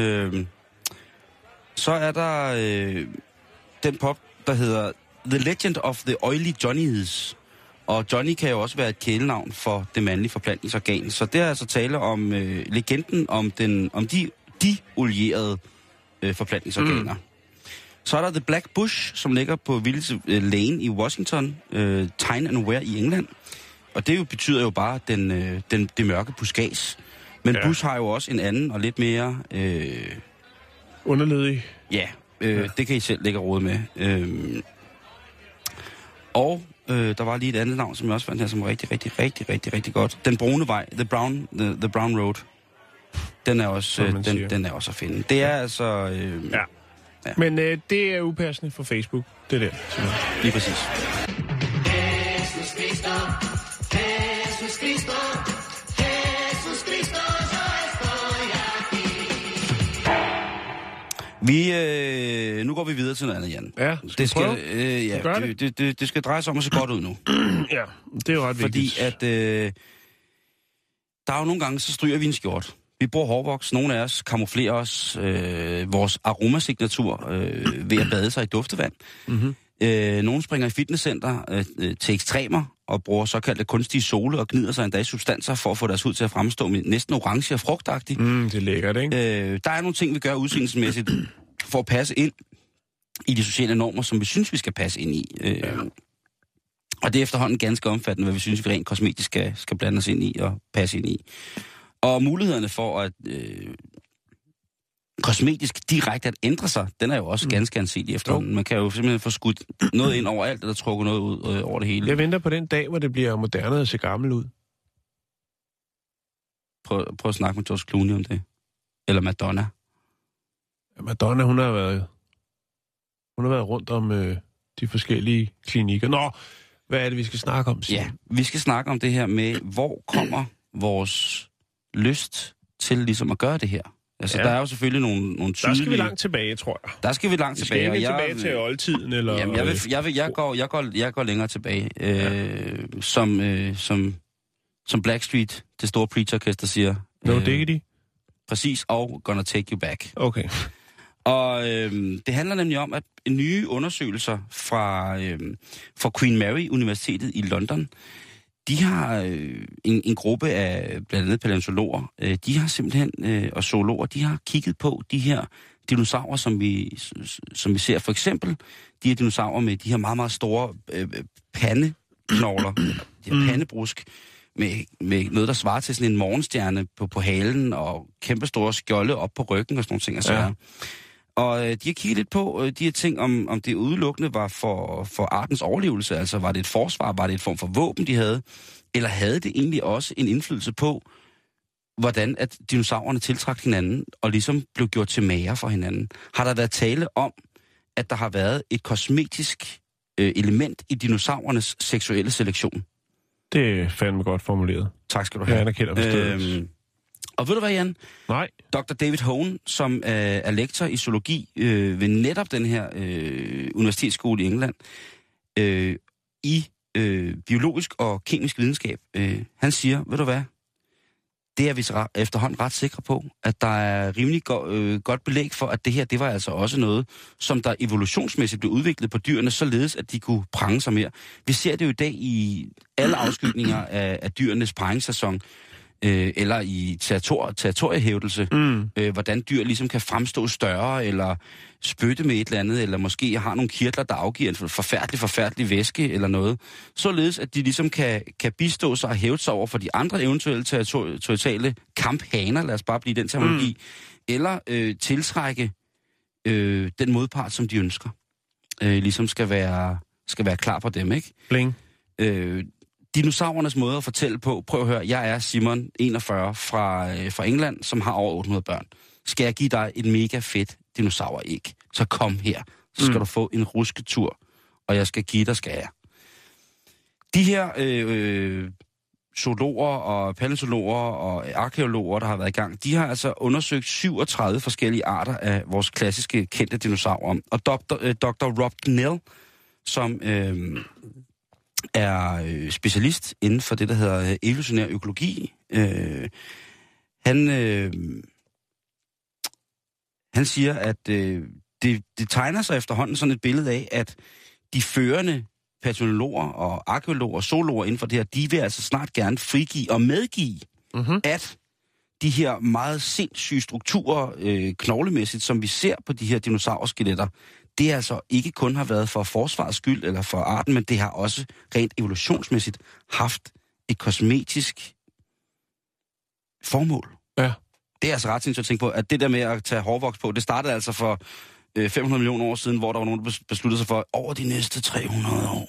Så er der den pop, der hedder The Legend of the Oily Johnnies. Og Johnny kan jo også være et kælenavn for det mandlige forplantningsorgan. Så det er altså tale om legenden om de olierede forplantningsorganer. Så er der The Black Bush, som ligger på Village Lane i Washington, Tyne and Wear i England. Og det betyder jo bare det mørke buskads. Men Bush har jo også en anden og lidt mere... underlødig. Ja, det kan I selv lægge råd med. Og der var lige et andet navn, som jeg også fandt her, som var rigtig godt. Den brune vej, The Brown Road. Den er også, den er også at finde. Det er altså... Ja. Men det er upassende for Facebook, det der. Lige præcis. Nu går vi videre til noget andet, Jan. Ja, det skal dreje sig om at se godt ud nu. Ja, det er jo ret vigtigt. Fordi at der er jo nogle gange, så stryger vi en skjort. Vi bruger hårvoks. Nogle af os kamuflerer os vores aromasignatur ved at bade sig i duftevand. Mm-hmm. Nogle springer i fitnesscenter til ekstremer og bruger såkaldte kunstige sole og gnider sig endda i substanser for at få deres hud til at fremstå med næsten orange og frugtagtigt. Det er lækkert, ikke? Der er nogle ting, vi gør udseendsmæssigt for at passe ind i de sociale normer, som vi synes, vi skal passe ind i. Og det er efterhånden ganske omfattende, hvad vi synes, vi rent kosmetisk skal blande os ind i og passe ind i. Og mulighederne for at kosmetisk direkte at ændre sig, den er jo også ganske anselig efterhånden. Man kan jo simpelthen få skudt noget ind over alt, eller trukke noget ud over det hele. Jeg venter på den dag, hvor det bliver moderne og ser gammel ud. Prøv at snakke med George Clooney om det. Eller Madonna. Ja, Madonna, hun har været rundt om de forskellige klinikker. Nå, hvad er det, vi skal snakke om? Ja, vi skal snakke om det her med, hvor kommer vores lyst til ligesom at gøre det her? Altså, der er jo selvfølgelig nogle tydelige... Der skal vi langt tilbage, tror jeg. Der skal vi langt tilbage. Skal vi tilbage til oldtiden, eller... Jamen, jeg går længere tilbage. Som Blackstreet, det store Preacher-orkester, siger. No diggity. Præcis, og Gonna Take You Back. Okay. Og det handler nemlig om, at nye undersøgelser fra Queen Mary Universitetet i London, de har en gruppe af blandt andet palæontologer, de har simpelthen, og zoologer, de har kigget på de her dinosaurer, som vi ser. For eksempel de her dinosaurer med de her meget, meget store pandeknogler, de her pandebrusk, med noget, der svarer til sådan en morgenstjerne på halen, og kæmpe store skjolde op på ryggen og sådan nogle ting. Ja. Og de har kigget lidt på de her ting, om det udelukkende var for artens overlevelse. Altså var det et forsvar, var det et form for våben, de havde? Eller havde det egentlig også en indflydelse på, hvordan at dinosaurerne tiltrak hinanden, og ligesom blev gjort til mager for hinanden? Har der været tale om, at der har været et kosmetisk element i dinosaurernes seksuelle selektion? Det er fandme godt formuleret. Tak skal du have. Jeg anerkender bestemt. Og ved du hvad, Jan? Nej. Dr. David Hone, som er lektor i zoologi ved netop den her universitetsskole i England, i biologisk og kemisk videnskab, han siger, ved du hvad? Det er vi efterhånden ret sikre på, at der er rimelig godt belæg for, at det her, det var altså også noget, som der evolutionsmæssigt blev udviklet på dyrene, således at de kunne prange sig mere. Vi ser det jo i dag i alle afskygninger af dyrenes prangesæson, eller i territoriehævdelse, hvordan dyr ligesom kan fremstå større, eller spytte med et eller andet, eller måske har nogle kirtler, der afgiver en forfærdelig væske eller noget, således at de ligesom kan bistå sig og hæve sig over for de andre eventuelle territoriale kamphaner, lad os bare blive den terminologi, eller tiltrække den modpart, som de ønsker. Ligesom skal være klar på dem, ikke? Bling. Dinosaurernes måde at fortælle på, prøv at høre, jeg er Simon, 41, fra England, som har over 800 børn. Skal jeg give dig et mega fedt dinosauræg, så kom her. Så skal du få en rusketur, og jeg skal give dig skære. De her zoologer og palæontologer og arkæologer, der har været i gang, de har altså undersøgt 37 forskellige arter af vores klassiske kendte dinosaurer. Og Dr. Rob Knell, som er specialist inden for det, der hedder evolutionær økologi. Han siger, at det tegner sig efterhånden sådan et billede af, at de førende palæontologer og arkæologer og zoologer inden for det her, de vil altså snart gerne frigive og medgive, at de her meget sindssyge strukturer, knoglemæssigt, som vi ser på de her dinosaurskeletter, det altså ikke kun har været for forsvarets skyld eller for arten, men det har også rent evolutionsmæssigt haft et kosmetisk formål. Ja. Det er altså ret sindssygt at tænke på, at det der med at tage hårvoks på, det startede altså for 500 millioner år siden, hvor der var nogen, der besluttede sig for, over de næste 300 år,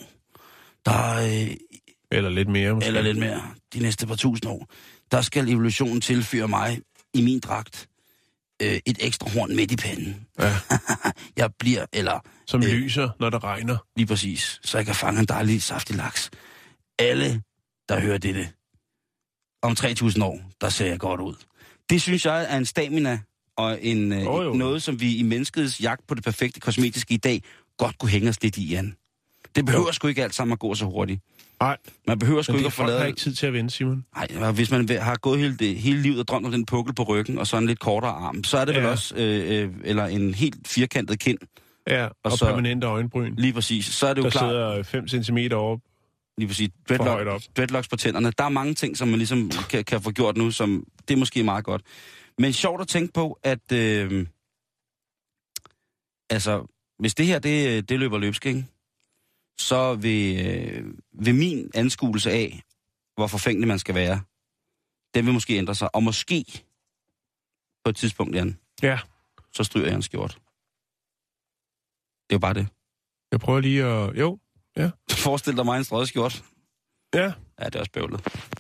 eller lidt mere måske. Eller lidt mere. De næste par tusind år. Der skal evolutionen tilføre mig i min dragt et ekstra horn midt i panden. Ja. Jeg bliver, eller... Som lyser, når det regner. Lige præcis. Så jeg kan fange en dejlig saftig laks. Alle, der hører dette, om 3000 år, der ser jeg godt ud. Det synes jeg er en stamina og noget, som vi i menneskets jagt på det perfekte kosmetiske i dag godt kunne hænge os lidt i, Jan. Det behøver sgu ikke alt sammen at gå så hurtigt. Nej. Man behøver sgu ikke at få lavet... Men har ikke tid til at vente, Simon. Nej, hvis man har gået hele livet og drømt om den pukkel på ryggen, og så en lidt kortere arm, så er det vel også... eller en helt firkantet kind. Ja, og så, permanente øjenbryn. Lige præcis. Så er det jo klart... Der sidder 5 centimeter op. Lige præcis. Dreadlocks på tænderne. Der er mange ting, som man ligesom kan få gjort nu, som det er måske meget godt. Men sjovt at tænke på, at... altså, hvis det her, det løber løbsk, ikke? Så vil min anskuelse af, hvor forfængelig man skal være, den vil måske ændre sig. Og måske på et tidspunkt, Jan, så stryger jeg en skjort. Det er jo bare det. Jeg prøver lige at... Jo, ja. Forestil dig mig en strøget skjort. Ja. Ja, det er også bøvlet.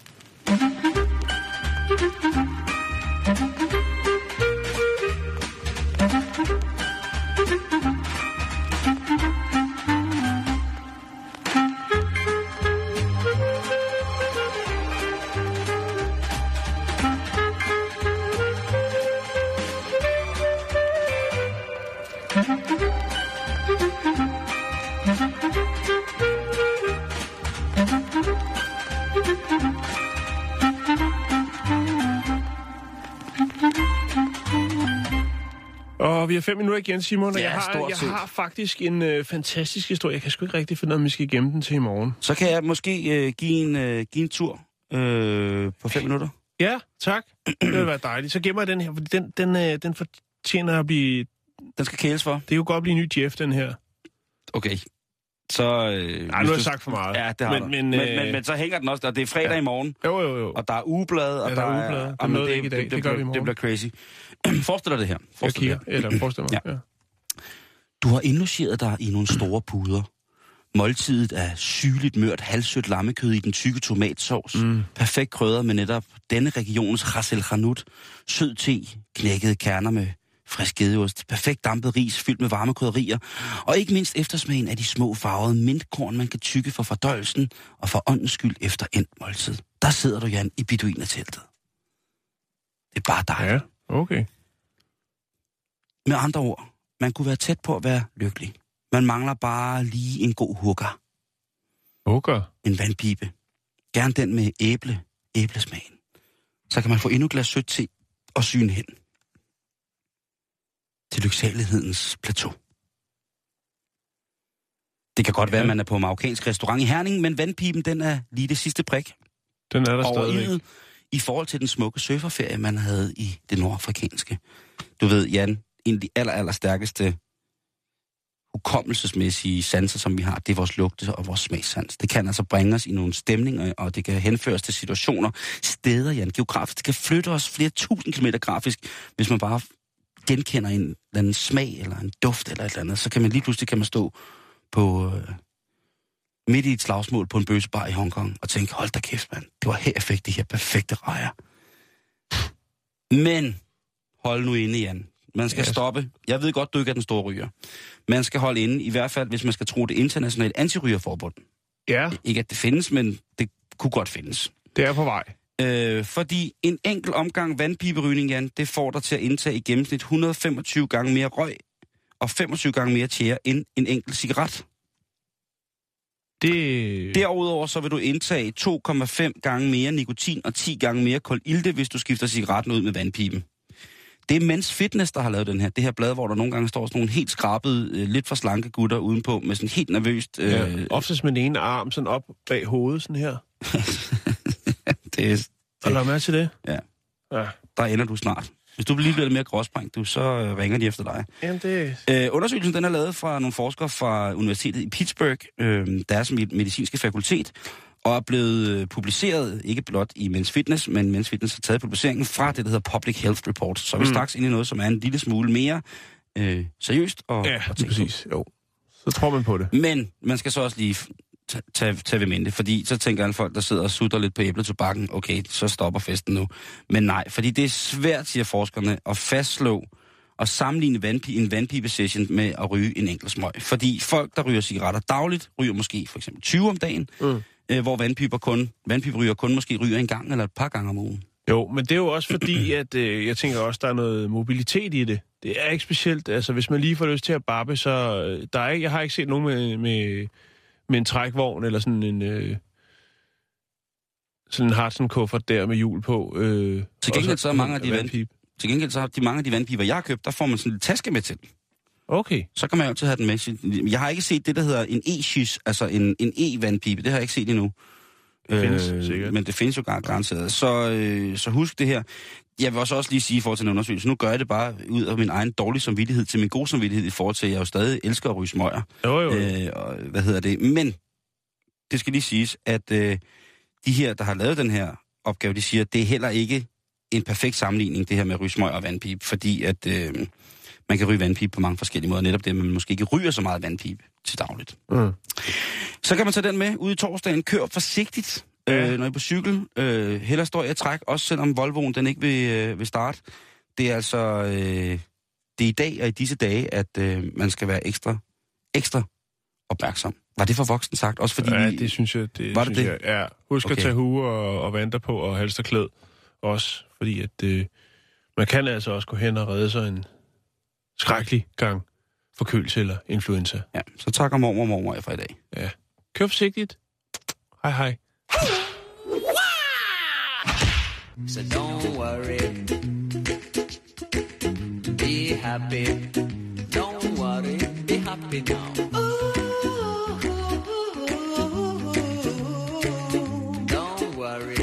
Og vi har 5 minutter igen, Simon, og ja, jeg har faktisk en fantastisk historie. Jeg kan sgu ikke rigtig finde ud af, om vi skal gemme den til i morgen. Så kan jeg måske give en tur på 5 minutter. Ja, tak. Det vil være dejligt. Så gemmer jeg den her, for den fortjener at blive... Den skal kæles for? Det er jo godt at blive en ny Jeff, den her. Okay. Så, nej, nu har jeg sagt for meget. Ja, det har men så hænger den også, og det er fredag i morgen. Jo. Og der er ugeblad, og der er ugeblad. Det nåede ikke i dag. Det gør vi i morgen. Det bliver crazy. Forestil dig det her. Forestil mig. Ja. Du har indlogeret dig i nogle store puder. Måltidet er sygeligt mørt, halvsødt lammekød i den tykke tomatsovs. Perfekt krydret med netop denne regions ras el hanout. Sød te, knækkede kerner med frisk gedeost, perfekt dampet ris fyldt med varme krydderier, og ikke mindst eftersmagen af de små farvede mintkorn, man kan tygge for fordøjelsen og for åndens skyld efter endt måltid. Der sidder du, Jan, i beduinerteltet. Det er bare dig. Ja, okay. Med andre ord, man kunne være tæt på at være lykkelig. Man mangler bare lige en god hugger. Hugger? En vandpibe. Gerne den med æblesmagen. Så kan man få endnu glas sødt te og syne hen. Til lyksalighedens plateau. Det kan godt være, at man er på en marokkansk restaurant i Herning, men vandpiben, den er lige det sidste prik. Den er der stadigvæk. I forhold til den smukke surferferie, man havde i det nordafrikanske. Du ved, Jan, en af de aller stærkeste hukommelsesmæssige sanser, som vi har, det er vores lugte og vores smagssans. Det kan altså bringe os i nogle stemninger, og det kan henføres til situationer, steder, Jan, geografisk. Det kan flytte os flere tusind kilometer grafisk, hvis man bare genkender en eller anden smag, eller en duft, eller et eller andet. Så kan man lige pludselig stå på midt i et slagsmål på en bøssebar i Hongkong, og tænke, hold da kæft, mand. Det var her, jeg fik de her perfekte rejer. Men hold nu inde, Jan. Man skal stoppe. Jeg ved godt, du ikke er den store ryger. Man skal holde inde, i hvert fald, hvis man skal tro det internationale antirygerforbund. Ja. Ikke at det findes, men det kunne godt findes. Det er på vej. Fordi en enkelt omgang vandpiberygning, Jan, det får dig til at indtage i gennemsnit 125 gange mere røg og 25 gange mere tjære end en enkelt cigaret. Derudover så vil du indtage 2,5 gange mere nikotin og 10 gange mere kulilte, hvis du skifter cigaretten ud med vandpiben. Det er Men's Fitness, der har lavet den her. Det her blad, hvor der nogle gange står sådan nogle helt skrabede, lidt for slanke gutter udenpå, med sådan helt nervøst... oftest med den ene arm sådan op bag hovedet, sådan her. Og lad mig til det. Ja. Der ender du snart. Hvis du lige bliver lidt mere gråsprængt, så ringer de efter dig. Jamen det... Undersøgelsen, den er lavet fra nogle forskere fra Universitetet i Pittsburgh, deres medicinske fakultet, og er blevet publiceret, ikke blot i Men's Fitness, men Men's Fitness har taget publiceringen fra det, der hedder Public Health Report. Så er vi straks inde i noget, som er en lille smule mere seriøst og præcis. Jo. Så tror man på det. Men man skal så også lige tage ved mente, fordi så tænker alle folk, der sidder og sutter lidt på æbletobakken, okay, så stopper festen nu. Men nej, fordi det er svært, siger forskerne, at fastslå og sammenligne en vandpibesession med at ryge en enkelt smøg. Fordi folk, der ryger cigaretter dagligt, ryger måske for eksempel 20 om dagen, hvor vandpiberyger kun måske ryger en gang eller et par gange om ugen. Jo, men det er jo også fordi, at jeg tænker også, der er noget mobilitet i det. Det er ikke specielt, altså hvis man lige får lyst til at barbe, så jeg har ikke set nogen med en trækvogn eller sådan en Hartsen-kuffert der med hjul på. Til gengæld så er mange af de vandpiber, jeg har købt, der får man sådan en taske med til. Okay. Så kan man jo altid have den med. Jeg har ikke set det, der hedder en e-sys, altså en e-vandpibe. Det har jeg ikke set endnu. Det findes sikkert. Men det findes jo garanteret. Så husk det her. Jeg vil også lige sige i forhold til en undersøgelse, nu gør jeg det bare ud af min egen dårlige samvittighed til min gode samvittighed i forhold til, at jeg jo stadig elsker at ryge smøger. Jo. Men det skal lige siges, at de her, der har lavet den her opgave, de siger, at det er heller ikke en perfekt sammenligning, det her med at ryge smøger og vandpibe, fordi at man kan ryge vandpibe på mange forskellige måder. Netop det, at man måske ikke ryger så meget vandpibe til dagligt. Så kan man tage den med ud i torsdagen. Kør forsigtigt, når I er på cykel. Heller står i at trække, også selvom Volvoen den ikke vil starte. Det er altså det er i dag og i disse dage, at man skal være ekstra opmærksom. Var det for voksen sagt? Også fordi det synes jeg. Ja, husk at tage hue og vanter på og halsterklæd også, fordi at man kan altså også gå hen og redde sig en skrækkelig gang forkølelse eller influenza. Ja, så takker mormor for i dag. Ja. Kør forsigtigt. Hej hej. So don't worry. Be happy. Don't worry. Be happy now. Don't worry.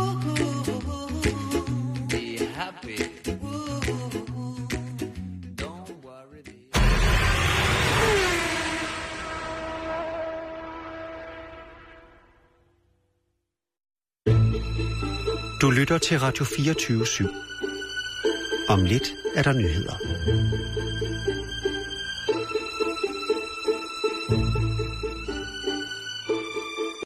Be happy. Don't worry. Du lytter til Radio 24/7. Om lidt er der nyheder.